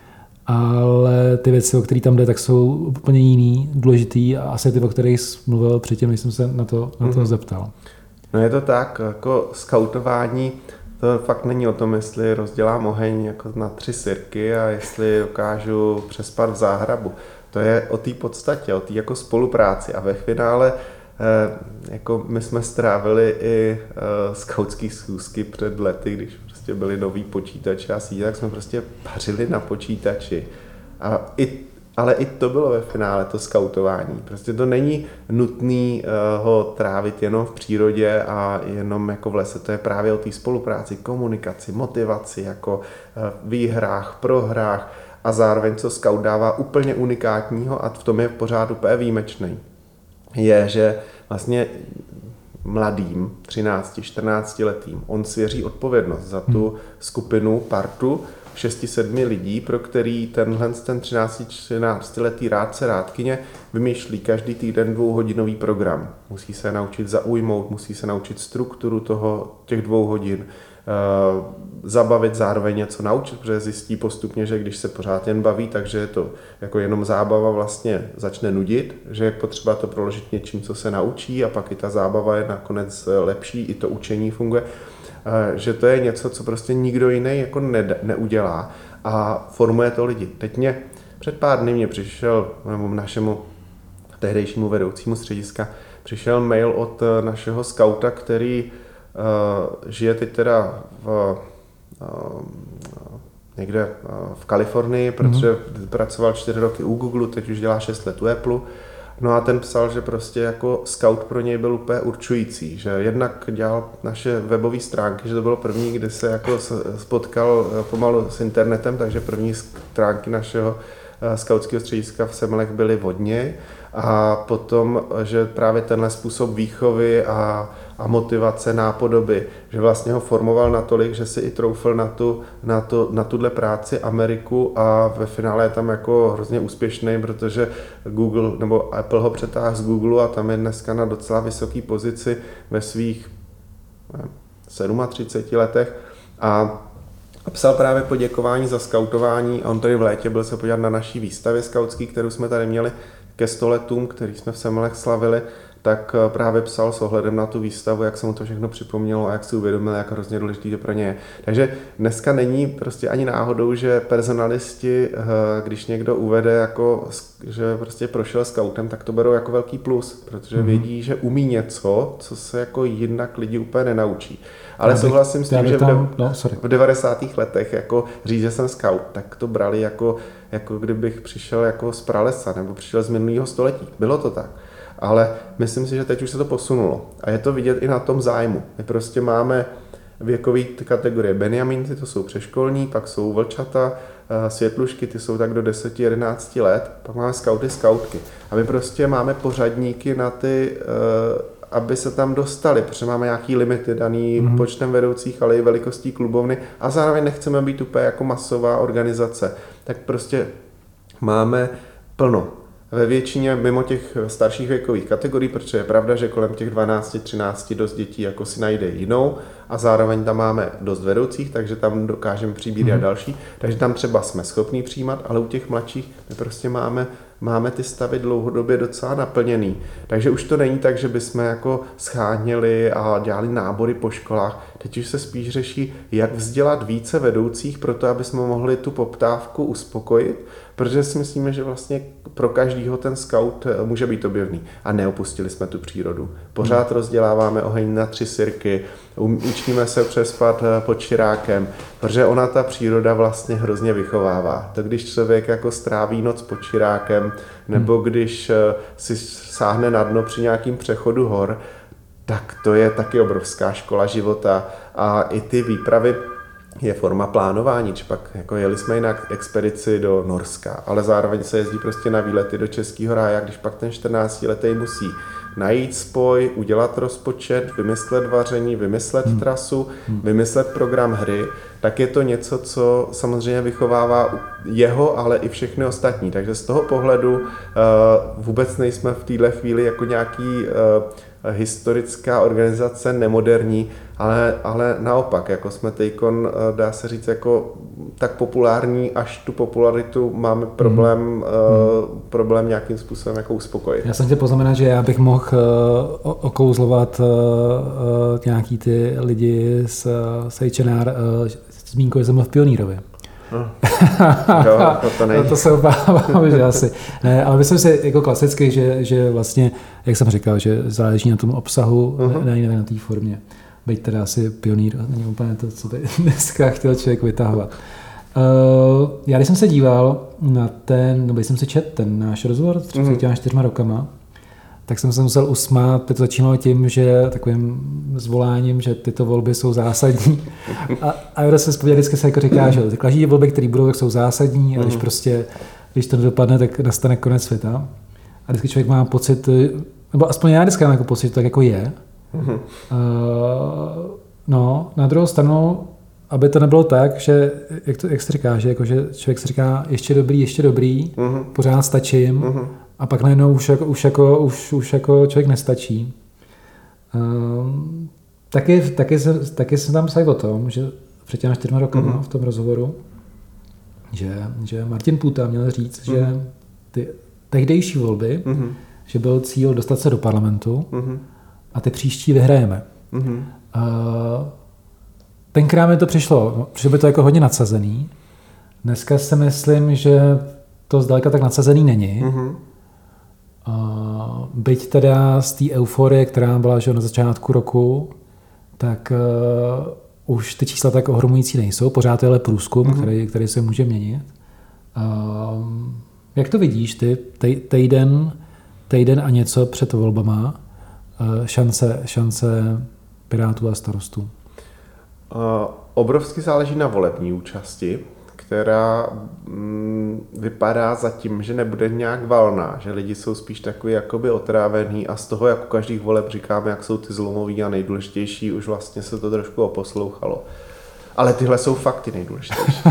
ale ty věci, o které tam jde, tak jsou úplně jiný, důležitý a asi ty, o kterých jsi mluvil předtím, než jsem se na to, na to mm-hmm. zeptal. No je to tak, jako skautování, to fakt není o tom, jestli rozdělám oheň jako na tři sirky a jestli dokážu přespat v záhrabu. To je o té podstatě, o té jako spolupráci a ve finále eh, jako my jsme strávili i eh, skautský schůzky před lety, když prostě byly nový počítače a síť, tak jsme prostě pařili na počítači. A i, ale i to bylo ve finále, to skautování. Prostě to není nutný uh, ho trávit jenom v přírodě a jenom jako v lese. To je právě o té spolupráci, komunikaci, motivaci, jako uh, výhrách, prohrách a zároveň, co skaut dává úplně unikátního a v tom je pořád úplně výjimečný, je, že vlastně mladým, třinácti, čtrnácti letým, on svěří odpovědnost za tu skupinu, partu, šesti sedmi lidí, pro který tenhle ten třinácti čtrnácti letý rádce, rádkyně vymýšlí každý týden dvouhodinový program. Musí se naučit zaujmout, musí se naučit strukturu toho, těch dvou hodin, Uh, zabavit, zároveň něco naučit, protože zjistí postupně, že když se pořád jen baví, takže je to jako jenom zábava vlastně začne nudit, že je potřeba to proložit něčím, co se naučí a pak i ta zábava je nakonec lepší, i to učení funguje, uh, že to je něco, co prostě nikdo jiný jako ne, neudělá a formuje to lidi. Teď mě před pár dny mě přišel nebo našemu tehdejšímu vedoucímu střediska přišel mail od našeho skauta, který Uh, žije teď teda v, uh, někde uh, v Kalifornii, protože mm-hmm. pracoval čtyři roky u Google, teď už dělá šest let u Apple. No a ten psal, že prostě jako scout pro něj byl úplně určující, že jednak dělal naše webové stránky, že to bylo první, kdy se jako spotkal pomalu s internetem, takže první stránky našeho skautského střediska v Semlech byli vodně a potom, že právě tenhle způsob výchovy a, a motivace, nápodoby, že vlastně ho formoval natolik, že si i troufl na, tu, na, to, na tuhle práci Ameriku a ve finále je tam jako hrozně úspěšný, protože Google nebo Apple ho přetáhl z Google a tam je dneska na docela vysoké pozici ve svých třiceti sedmi letech a psal právě poděkování za skautování a on tady v létě byl se podívat na naší výstavě skautský, kterou jsme tady měli ke sto letům, který jsme v Semlech slavili, tak právě psal s ohledem na tu výstavu, jak se mu to všechno připomnělo a jak si uvědomil, jak hrozně důležitý to pro ně je. Takže dneska není prostě ani náhodou, že personalisti, když někdo uvede, jako, že prostě prošel skautem, tak to berou jako velký plus, protože mm-hmm. vědí, že umí něco, co se jako jinak lidi úplně nenaučí. Ale bych, souhlasím s tím, že tam, v, no, v devadesátých letech jako říct, že jsem scout, tak to brali jako, jako kdybych přišel jako z pralesa nebo přišel z minulého století. Bylo to tak. Ale myslím si, že teď už se to posunulo. A je to vidět i na tom zájmu. My prostě máme věkové kategorie Benjamínci, to jsou přeškolní, pak jsou vlčata, světlušky, ty jsou tak do deset jedenáct let, pak máme skauty, skautky. A my prostě máme pořadníky na ty, aby se tam dostali, protože máme nějaký limity daný mm-hmm. počtem vedoucích, ale i velikostí klubovny a zároveň nechceme být úplně jako masová organizace. Tak prostě máme plno. Ve většině mimo těch starších věkových kategorií, protože je pravda, že kolem těch dvanáct třináct dost dětí jako si najde jinou a zároveň tam máme dost vedoucích, takže tam dokážeme přibírat mm. další, takže tam třeba jsme schopní přijímat, ale u těch mladších my prostě máme, máme ty stavy dlouhodobě docela naplněný. Takže už to není tak, že bychom jako scháněli a dělali nábory po školách. Teď už se spíš řeší, jak vzdělat více vedoucích pro to, aby jsme mohli tu poptávku uspokojit, protože si myslíme, že vlastně pro každýho ten scout může být objevný. A neopustili jsme tu přírodu. Pořád hmm. rozděláváme oheň na tři sirky, učíme se přespat pod čirákem, protože ona ta příroda vlastně hrozně vychovává. To když člověk jako stráví noc pod čirákem, nebo když si sáhne na dno při nějakým přechodu hor, tak to je taky obrovská škola života a i ty výpravy je forma plánování, či pak jako jeli jsme i na expedici do Norska, ale zároveň se jezdí prostě na výlety do Českého ráje, když pak ten čtrnáctiletý musí najít spoj, udělat rozpočet, vymyslet vaření, vymyslet hmm. trasu, hmm. vymyslet program hry, tak je to něco, co samozřejmě vychovává jeho, ale i všechny ostatní. Takže z toho pohledu uh, vůbec nejsme v téhle chvíli jako nějaký uh, historická organizace nemoderní, ale, ale naopak, jako jsme teďkon, dá se říct, jako tak populární, až tu popularitu máme problém, mm. uh, problém nějakým způsobem jako uspokojit. Já jsem chtěl poznamenat, že já bych mohl uh, okouzlovat uh, uh, nějaký ty lidi z, z H and R, uh, zmínkou, že jsem byl v Pionýrově. No. Jo, to, no, to se obávám, že asi. Ne, ale myslím si jako klasicky, že, že vlastně, jak jsem říkal, že záleží na tom obsahu, uh-huh. ne, ne na té formě. Byť teda asi pionýr, není úplně to, co by dneska chtěl člověk vytahovat. Uh, já když jsem se díval na ten, nebo když jsem si četl ten náš rozhovor před uh-huh. čtyřma rokama, tak jsem se musel usmát, to začínalo tím, že takovým zvoláním, že tyto volby jsou zásadní. A, a kdo se vzpomněl, vždycky se jako říká, že každý volby, které budou, tak jsou zásadní a když prostě, když to nedopadne, tak nastane konec světa. A vždycky člověk má pocit, nebo aspoň já vždycky mám jako pocit, že to tak jako je. Uh, no, na druhou stranu, aby to nebylo tak, že, jak, to, jak se říká, že, jako, že člověk si říká, ještě dobrý, ještě dobrý, uh-huh. pořád stačím, uh-huh. a pak najednou už jako, už jako, už, už jako člověk nestačí. Um, taky, taky, jsem, taky jsem tam psal o tom, že před těmi čtyřma rokama uh-huh. v tom rozhovoru, že, že Martin Půta měl říct, uh-huh. že ty tehdejší volby, uh-huh. že byl cíl dostat se do parlamentu uh-huh. a ty příští vyhrajeme. Uh-huh. Uh, tenkrát mi to přišlo, přišlo by to jako hodně nadsazený. Dneska si myslím, že to zdaleka tak nadsazený není. Uh-huh. Uh, byť teda z té euforie, která byla že na začátku roku, tak uh, už ty čísla tak ohromující nejsou. Pořád je ale průzkum, uh-huh. který, který se může měnit. Uh, jak to vidíš ty? Tej, týden, týden a něco před volbama uh, šance, šance Pirátů a Starostů? Uh, obrovsky záleží na volební účasti, která mm, vypadá zatím, že nebude nějak valná, že lidi jsou spíš takový jakoby otrávený a z toho, jak u každých voleb říkáme, jak jsou ty zlomový a nejdůležitější, už vlastně se to trošku oposlouchalo. Ale tyhle jsou fakt ty nejdůležitější.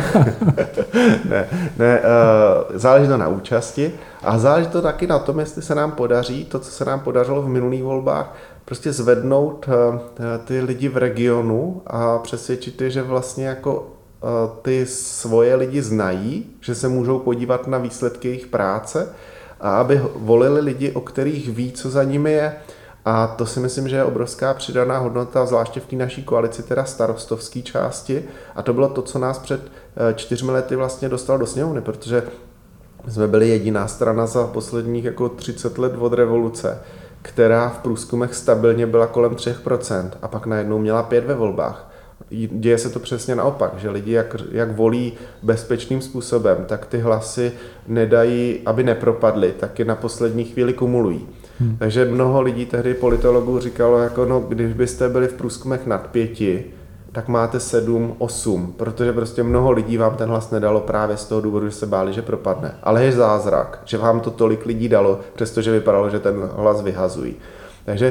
ne, ne, uh, záleží to na účasti a záleží to taky na tom, jestli se nám podaří to, co se nám podařilo v minulých volbách, prostě zvednout uh, ty lidi v regionu a přesvědčit je, že vlastně jako uh, ty svoje lidi znají, že se můžou podívat na výsledky jejich práce a aby volili lidi, o kterých ví, co za nimi je. A to si myslím, že je obrovská přidaná hodnota, zvláště v té naší koalici, teda starostovské části. A to bylo to, co nás před čtyřmi lety vlastně dostalo do sněmovny, protože jsme byli jediná strana za posledních jako třicet let od revoluce, která v průzkumech stabilně byla kolem tři procenta a pak najednou měla pět ve volbách. Děje se to přesně naopak, že lidi jak, jak volí bezpečným způsobem, tak ty hlasy nedají, aby nepropadly, tak je na poslední chvíli kumulují. Hmm. Takže mnoho lidí tehdy politologů říkalo, jako no, když byste byli v průzkumech nad pěti, tak máte sedm, osm, protože prostě mnoho lidí vám ten hlas nedalo právě z toho důvodu, že se báli, že propadne. Ale je zázrak, že vám to tolik lidí dalo, přestože vypadalo, že ten hlas vyhazují. Takže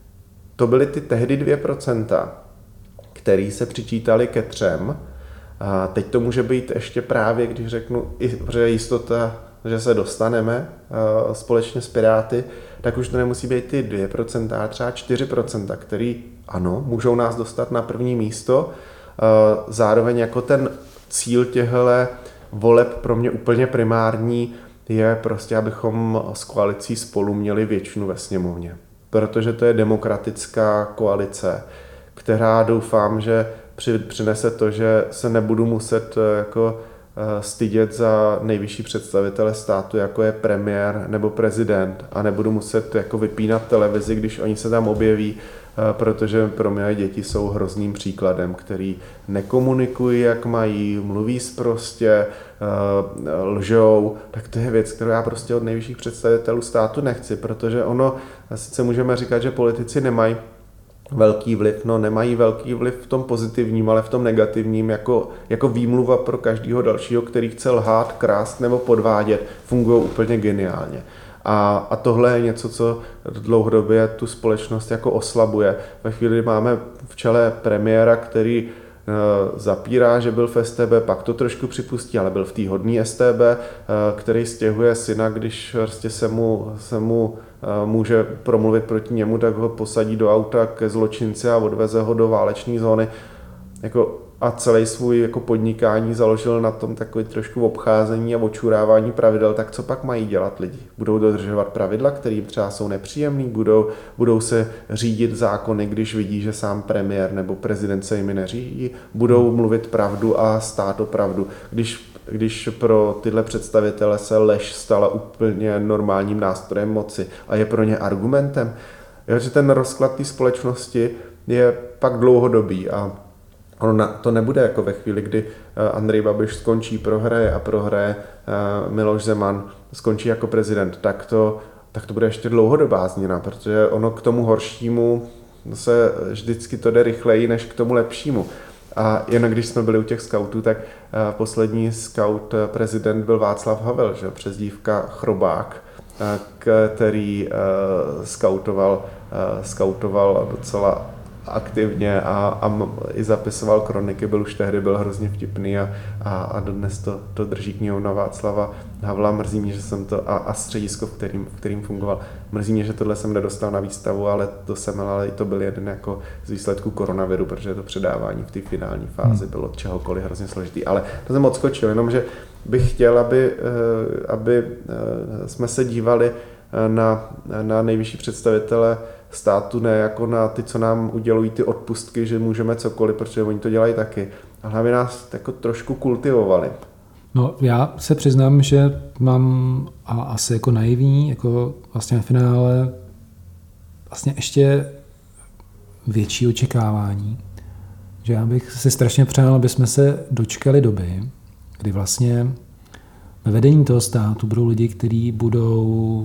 to byly ty tehdy dvě procenta, který se přičítali ke třem. A teď to může být ještě právě, když řeknu, že je jistota, že se dostaneme uh, společně s Piráty, tak už to nemusí být ty dvě procenta, ale třeba čtyři procenta, který, ano, můžou nás dostat na první místo. Uh, zároveň jako ten cíl těchto voleb pro mě úplně primární je prostě, abychom s koalicí Spolu měli většinu ve sněmovně. Protože to je demokratická koalice, která doufám, že přinese to, že se nebudu muset jako stydět za nejvyšší představitele státu, jako je premiér nebo prezident, a nebudu muset jako vypínat televizi, když oni se tam objeví, protože pro mě děti jsou hrozným příkladem, který nekomunikují, jak mají, mluví sprostě, lžou, tak to je věc, kterou já prostě od nejvyšších představitelů státu nechci, protože ono, sice můžeme říkat, že politici nemají velký vliv, no nemají velký vliv v tom pozitivním, ale v tom negativním, jako, jako výmluva pro každého dalšího, který chce lhát, krást nebo podvádět, fungují úplně geniálně. A, a tohle je něco, co dlouhodobě tu společnost jako oslabuje. Ve chvíli, kdy máme v čele premiéra, který e, zapírá, že byl v S T B, pak to trošku připustí, ale byl v té hodné S T B, e, který stěhuje syna, když vlastně se mu, se mu e, může promluvit proti němu, tak ho posadí do auta ke zločinci a odveze ho do váleční zóny. Jako, a celý svůj jako podnikání založil na tom takový trošku obcházení a očurávání pravidel, tak co pak mají dělat lidi? Budou dodržovat pravidla, které jim třeba jsou nepříjemný, budou, budou se řídit zákony, když vidí, že sám premiér nebo prezident se jimi neřídí, budou mluvit pravdu a stát o pravdu. Když, když pro tyhle představitele se lež stala úplně normálním nástrojem moci a je pro ně argumentem, jo, že ten rozklad té společnosti je pak dlouhodobý a ono to nebude jako ve chvíli, kdy Andrej Babiš skončí, prohraje a prohraje Miloš Zeman, skončí jako prezident, tak to, tak to bude ještě dlouhodobá změna, protože ono k tomu horšímu se vždycky to jde rychleji, než k tomu lepšímu. A jen když jsme byli u těch skautů, tak poslední skaut prezident byl Václav Havel, že? Přezdívka Chrobák, který skautoval, skautoval docela aktivně a, a i zapisoval kroniky, byl už tehdy, byl hrozně vtipný a, a, a dodnes to, to drží knihovna Václava Havla. Mrzí mě, že jsem to, a, a středisko, v kterým, v kterým fungoval. Mrzí mě, že tohle jsem nedostal na výstavu, ale to jsem, ale i to byl jeden jako z výsledků koronaviru, protože to předávání v té finální fázi bylo čehokoliv hrozně složitý. Ale to jsem odskočil, jenomže bych chtěl, aby, aby jsme se dívali na, na nejvyšší představitele státu, ne jako na ty, co nám udělují ty odpustky, že můžeme cokoliv, protože oni to dělají taky. Ale aby nás jako trošku kultivovali. No, já se přiznám, že mám a asi jako naivní, jako vlastně na finále vlastně ještě větší očekávání. Že já bych si strašně přál, aby jsme se dočkali doby, kdy vlastně ve vedení toho státu budou lidi, kteří budou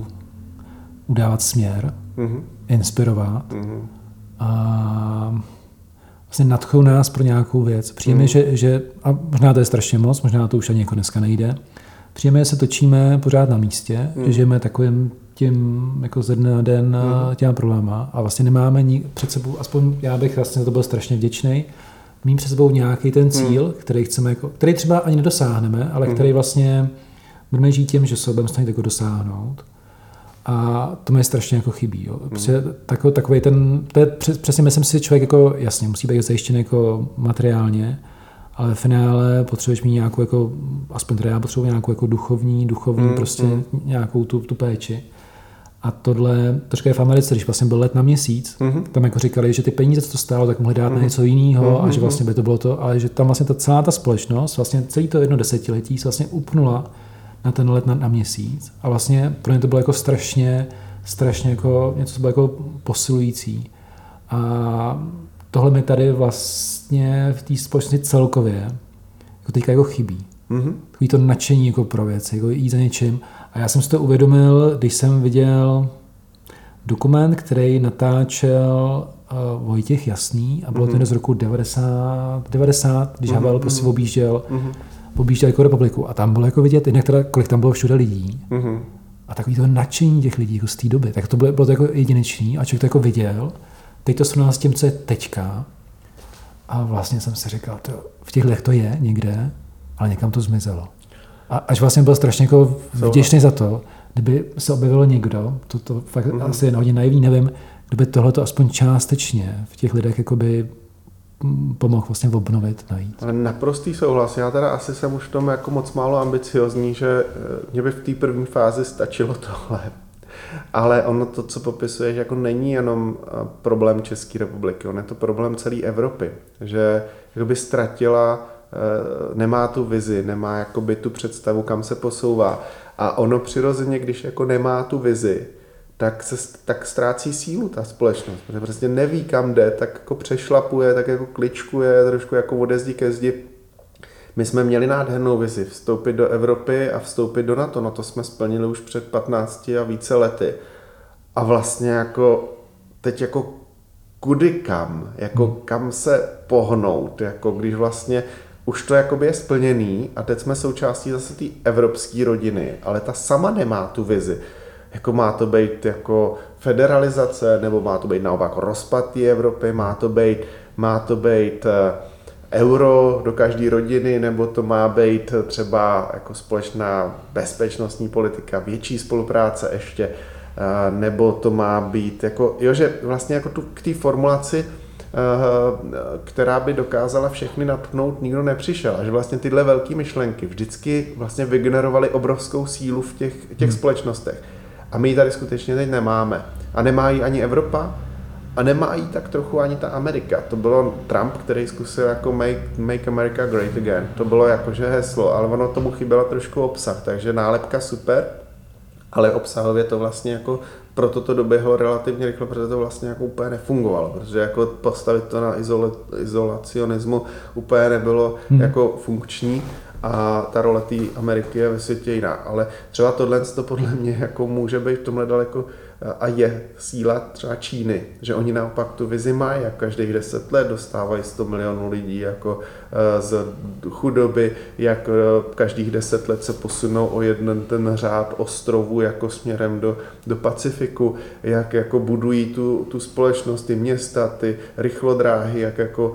udávat směr, mm-hmm. inspirovat mm-hmm. a vlastně nadchou nás pro nějakou věc. Přijeme, mm. že, že, a možná to je strašně moc, možná to už ani jako dneska nejde, přijeme, že se točíme pořád na místě, mm. že žijeme takovým tím jako ze dne na den mm. těma probléma a vlastně nemáme ní, před sebou, aspoň já bych vlastně za to byl strašně vděčný, mít před sebou nějaký ten cíl, mm. který chceme, jako, který třeba ani nedosáhneme, ale mm. který vlastně budeme žít tím, že se budeme snažit jako dosáhnout. A to mi strašně jako chybí. Jo. Prostě takový, takový ten, to je přesně, myslím si, člověk jako, jasně, musí být zajištěn jako materiálně, ale v finále potřebuješ mít nějakou, jako, aspoň teda já potřebuji nějakou jako duchovní, duchovní mm, prostě mm. nějakou tu, tu péči. A tohle, to říkají v Americe, když vlastně byl let na měsíc, mm-hmm. tam jako říkali, že ty peníze, co to stálo, tak mohli dát mm-hmm. na něco jiného mm-hmm. a že vlastně by to bylo to, ale že tam vlastně ta celá ta společnost, vlastně celý to jedno desetiletí se vlastně upnula na ten let na, na měsíc a vlastně pro ně to bylo jako strašně, strašně jako něco, co bylo jako posilující. A tohle mi tady vlastně v té společnosti celkově jako teďka jako chybí. Mm-hmm. Takový to nadšení jako pro věci, jako jít za něčím. A já jsem si to uvědomil, když jsem viděl dokument, který natáčel uh, Vojtěch Jasný a bylo mm-hmm. to z roku devadesát, devadesát když mm-hmm. Havel prostě objížděl mm-hmm. objížděl jako republiku a tam bylo jako vidět, jinak teda, kolik tam bylo všude lidí mm-hmm. a takový to nadšení těch lidí jako z té doby, tak to bylo, bylo to jako jedinečný a člověk to jako viděl, teď to srovnal s tím, co je teďka a vlastně jsem si říkal, to, v těch letech to je někde, ale někam to zmizelo. A až vlastně byl strašně jako vděčný za to, kdyby se objevilo někdo, to, to fakt mm-hmm. asi je hodně naivní, nevím, kdyby tohleto aspoň částečně v těch lidech jakoby pomohl vlastně obnovit, najít. Ale naprostý souhlas. Já teda asi jsem už v tom jako moc málo ambiciozní, že mě by v té první fázi stačilo tohle. Ale ono to, co popisuješ, jako není jenom problém České republiky, on je to problém celé Evropy. Že jakoby ztratila, nemá tu vizi, nemá jakoby tu představu, kam se posouvá. A ono přirozeně, když jako nemá tu vizi, tak se tak ztrácí sílu ta společnost, protože prostě neví, kam jde, tak jako přešlapuje, tak jako kličkuje, trošku jako ode zdi ke zdi. My jsme měli nádhernou vizi, vstoupit do Evropy a vstoupit do NATO, no to jsme splnili už před patnácti a více lety. A vlastně jako teď jako kudy kam, jako hmm. kam se pohnout, jako když vlastně už to jakoby je splněný a teď jsme součástí zase té evropské rodiny, ale ta sama nemá tu vizi. Jako má to být jako federalizace, nebo má to být naopak rozpad té Evropy, má to být, má to být euro do každé rodiny, nebo to má být třeba jako společná bezpečnostní politika, větší spolupráce ještě, nebo to má být jako, jo, že vlastně jako tu, k té formulaci, která by dokázala všechny natknout, nikdo nepřišel. A že vlastně tyhle velké myšlenky vždycky vlastně vygenerovaly obrovskou sílu v těch, těch hmm. společnostech. A my ji tady skutečně teď nemáme. A nemá ji ani Evropa, a nemá ji tak trochu ani ta Amerika. To bylo Trump, který zkusil jako make, make America great again. To bylo jakože heslo, ale ono tomu chyběla trošku obsah, takže nálepka super, ale obsahově to vlastně jako proto to doběhlo relativně rychle, protože to vlastně jako úplně nefungovalo, protože jako postavit to na izole, izolacionismu úplně nebylo hmm. jako funkční. A ta role té Ameriky je ve světě jiná. Ale třeba tohle to podle mě jako může být v tomhle daleko a je síla třeba Číny, že oni naopak tu vizi mají a každých deset let dostávají sto milionů lidí jako z chudoby, jak každých deset let se posunou o jeden ten řád ostrovů jako směrem do, do Pacifiku, jak jako budují tu, tu společnost, ty města, ty rychlodráhy, jak jako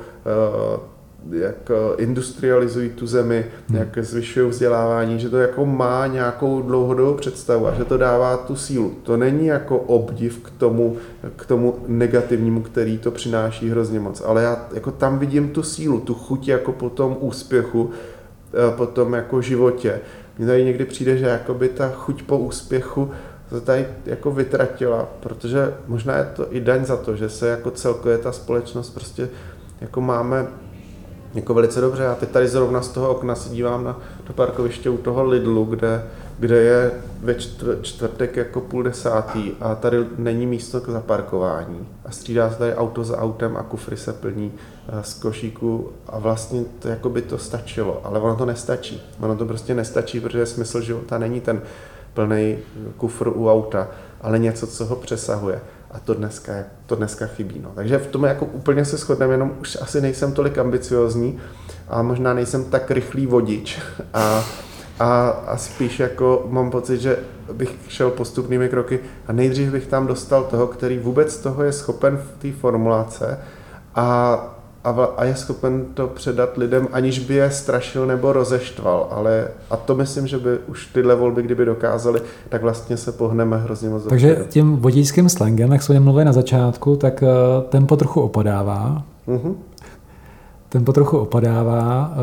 jak industrializují tu zemi, hmm. jak zvyšují vzdělávání, že to jako má nějakou dlouhodobou představu a že to dává tu sílu. To není jako obdiv k tomu, k tomu negativnímu, který to přináší hrozně moc, ale já jako tam vidím tu sílu, tu chuť jako po tom úspěchu, po tom jako životě. Mně tady někdy přijde, že jakoby ta chuť po úspěchu se tady jako vytratila, protože možná je to i daň za to, že se jako celkově ta společnost prostě jako máme jako velice dobře. Já teď tady zrovna z toho okna se dívám na to parkoviště u toho Lidlu, kde, kde je ve čtvrtek jako půl desátý a tady není místo k zaparkování. A střídá se tady auto za autem a kufry se plní z košíku a vlastně to jako by to stačilo, ale ono to nestačí. Ono to prostě nestačí, protože smysl života není ten plný kufr u auta, ale něco, co ho přesahuje. A to dneska, to dneska chybí. No. Takže v tom jako úplně se shodneme, jenom už asi nejsem tolik ambiciozní a možná nejsem tak rychlý vodič. A, a, a spíš jako mám pocit, že bych šel postupnými kroky a nejdřív bych tam dostal toho, který vůbec toho je schopen v té formulace a, a, a je schopen to předat lidem, aniž by je strašil nebo rozeštval. Ale, a to myslím, že by už tyhle volby, kdyby dokázali, tak vlastně se pohneme hrozně moc. Takže tím vodičským slangem, jak jsme mluvili na začátku, tak tempo trochu opadává. Mm-hmm. Tempo trochu opadává.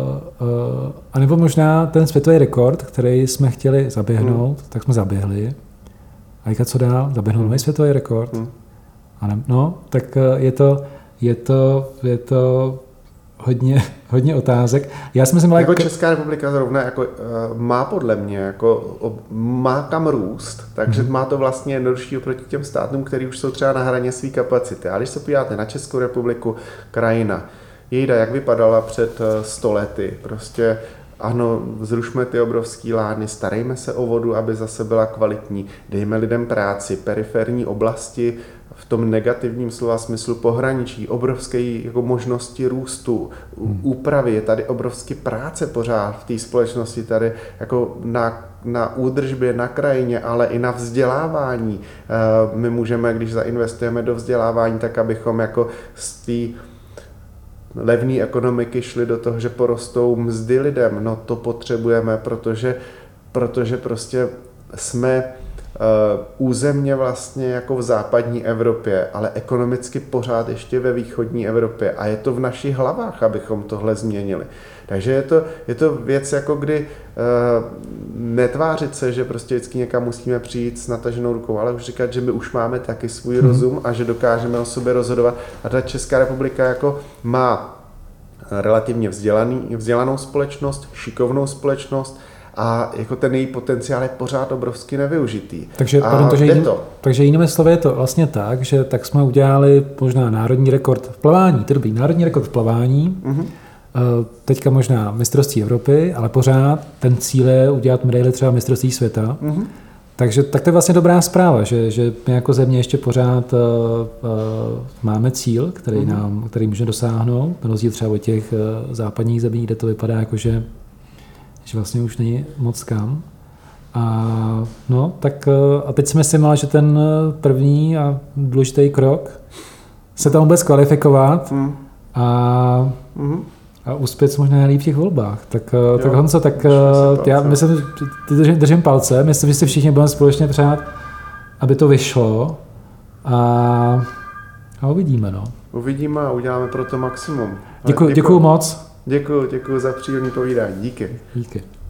A nebo možná ten světový rekord, který jsme chtěli zaběhnout, mm. tak jsme zaběhli. A teďka co dál? Zaběhnout nový mm. světový rekord. Mm. A ne, no, tak je to, je to, je to hodně, hodně otázek. Já si myslím, jako jak... Česká republika zrovna jako, uh, má podle mě, jako, ob, má kam růst, takže mm. má to vlastně jednodušší oproti těm státům, který už jsou třeba na hraně své kapacity. A když se podíváte na Českou republiku, krajina, jejda, jak vypadala před sto lety, prostě ano, zrušme ty obrovský lány, starejme se o vodu, aby zase byla kvalitní, dejme lidem práci, periferní oblasti v tom negativním slova smyslu pohraničí, obrovské jako možnosti růstu, hmm. úpravy, je tady obrovské práce pořád v té společnosti, tady jako na, na údržbě, na krajině, ale i na vzdělávání. My můžeme, když zainvestujeme do vzdělávání, tak abychom jako z té levné ekonomiky šli do toho, že porostou mzdy lidem. No to potřebujeme, protože, protože prostě jsme uh, územně vlastně jako v západní Evropě, ale ekonomicky pořád ještě ve východní Evropě a je to v našich hlavách, abychom tohle změnili. Takže je to, je to věc, jako kdy uh, netvářit se, že prostě vždycky někam musíme přijít s nataženou rukou, ale už říkat, že my už máme taky svůj hmm. rozum a že dokážeme o sobě rozhodovat. A ta Česká republika jako má relativně vzdělaný, vzdělanou společnost, šikovnou společnost a jako ten její potenciál je pořád obrovsky nevyužitý. Takže, a pardon, takže, jiným, to. takže jinými slovy je to vlastně tak, že tak jsme udělali možná národní rekord v plavání, to dobrý, národní rekord v plavání, mm-hmm. teďka možná mistrovství Evropy, ale pořád ten cíl je udělat medaili třeba mistrovství světa. Mm-hmm. Takže tak to je vlastně dobrá zpráva, že, že my jako země ještě pořád uh, uh, máme cíl, který, mm-hmm. nám, který můžeme dosáhnout, na rozdíl třeba od těch uh, západních zemí, kde to vypadá jako, že, že vlastně už není moc kam. A, no, tak, uh, a teď si myslím, ale, že ten první a důležitý krok se tam vůbec kvalifikovat mm. a mm-hmm. a uspět možná nejlíp v těch volbách. Tak, jo, tak Honzo, tak já myslím, že držím, držím palce, myslím, že si všichni budeme společně přát, aby to vyšlo a, a uvidíme. No. Uvidíme a uděláme pro to maximum. Děkuji, děkuji moc. Děkuji, děkuji za příjemné povídání. Díky. Díky.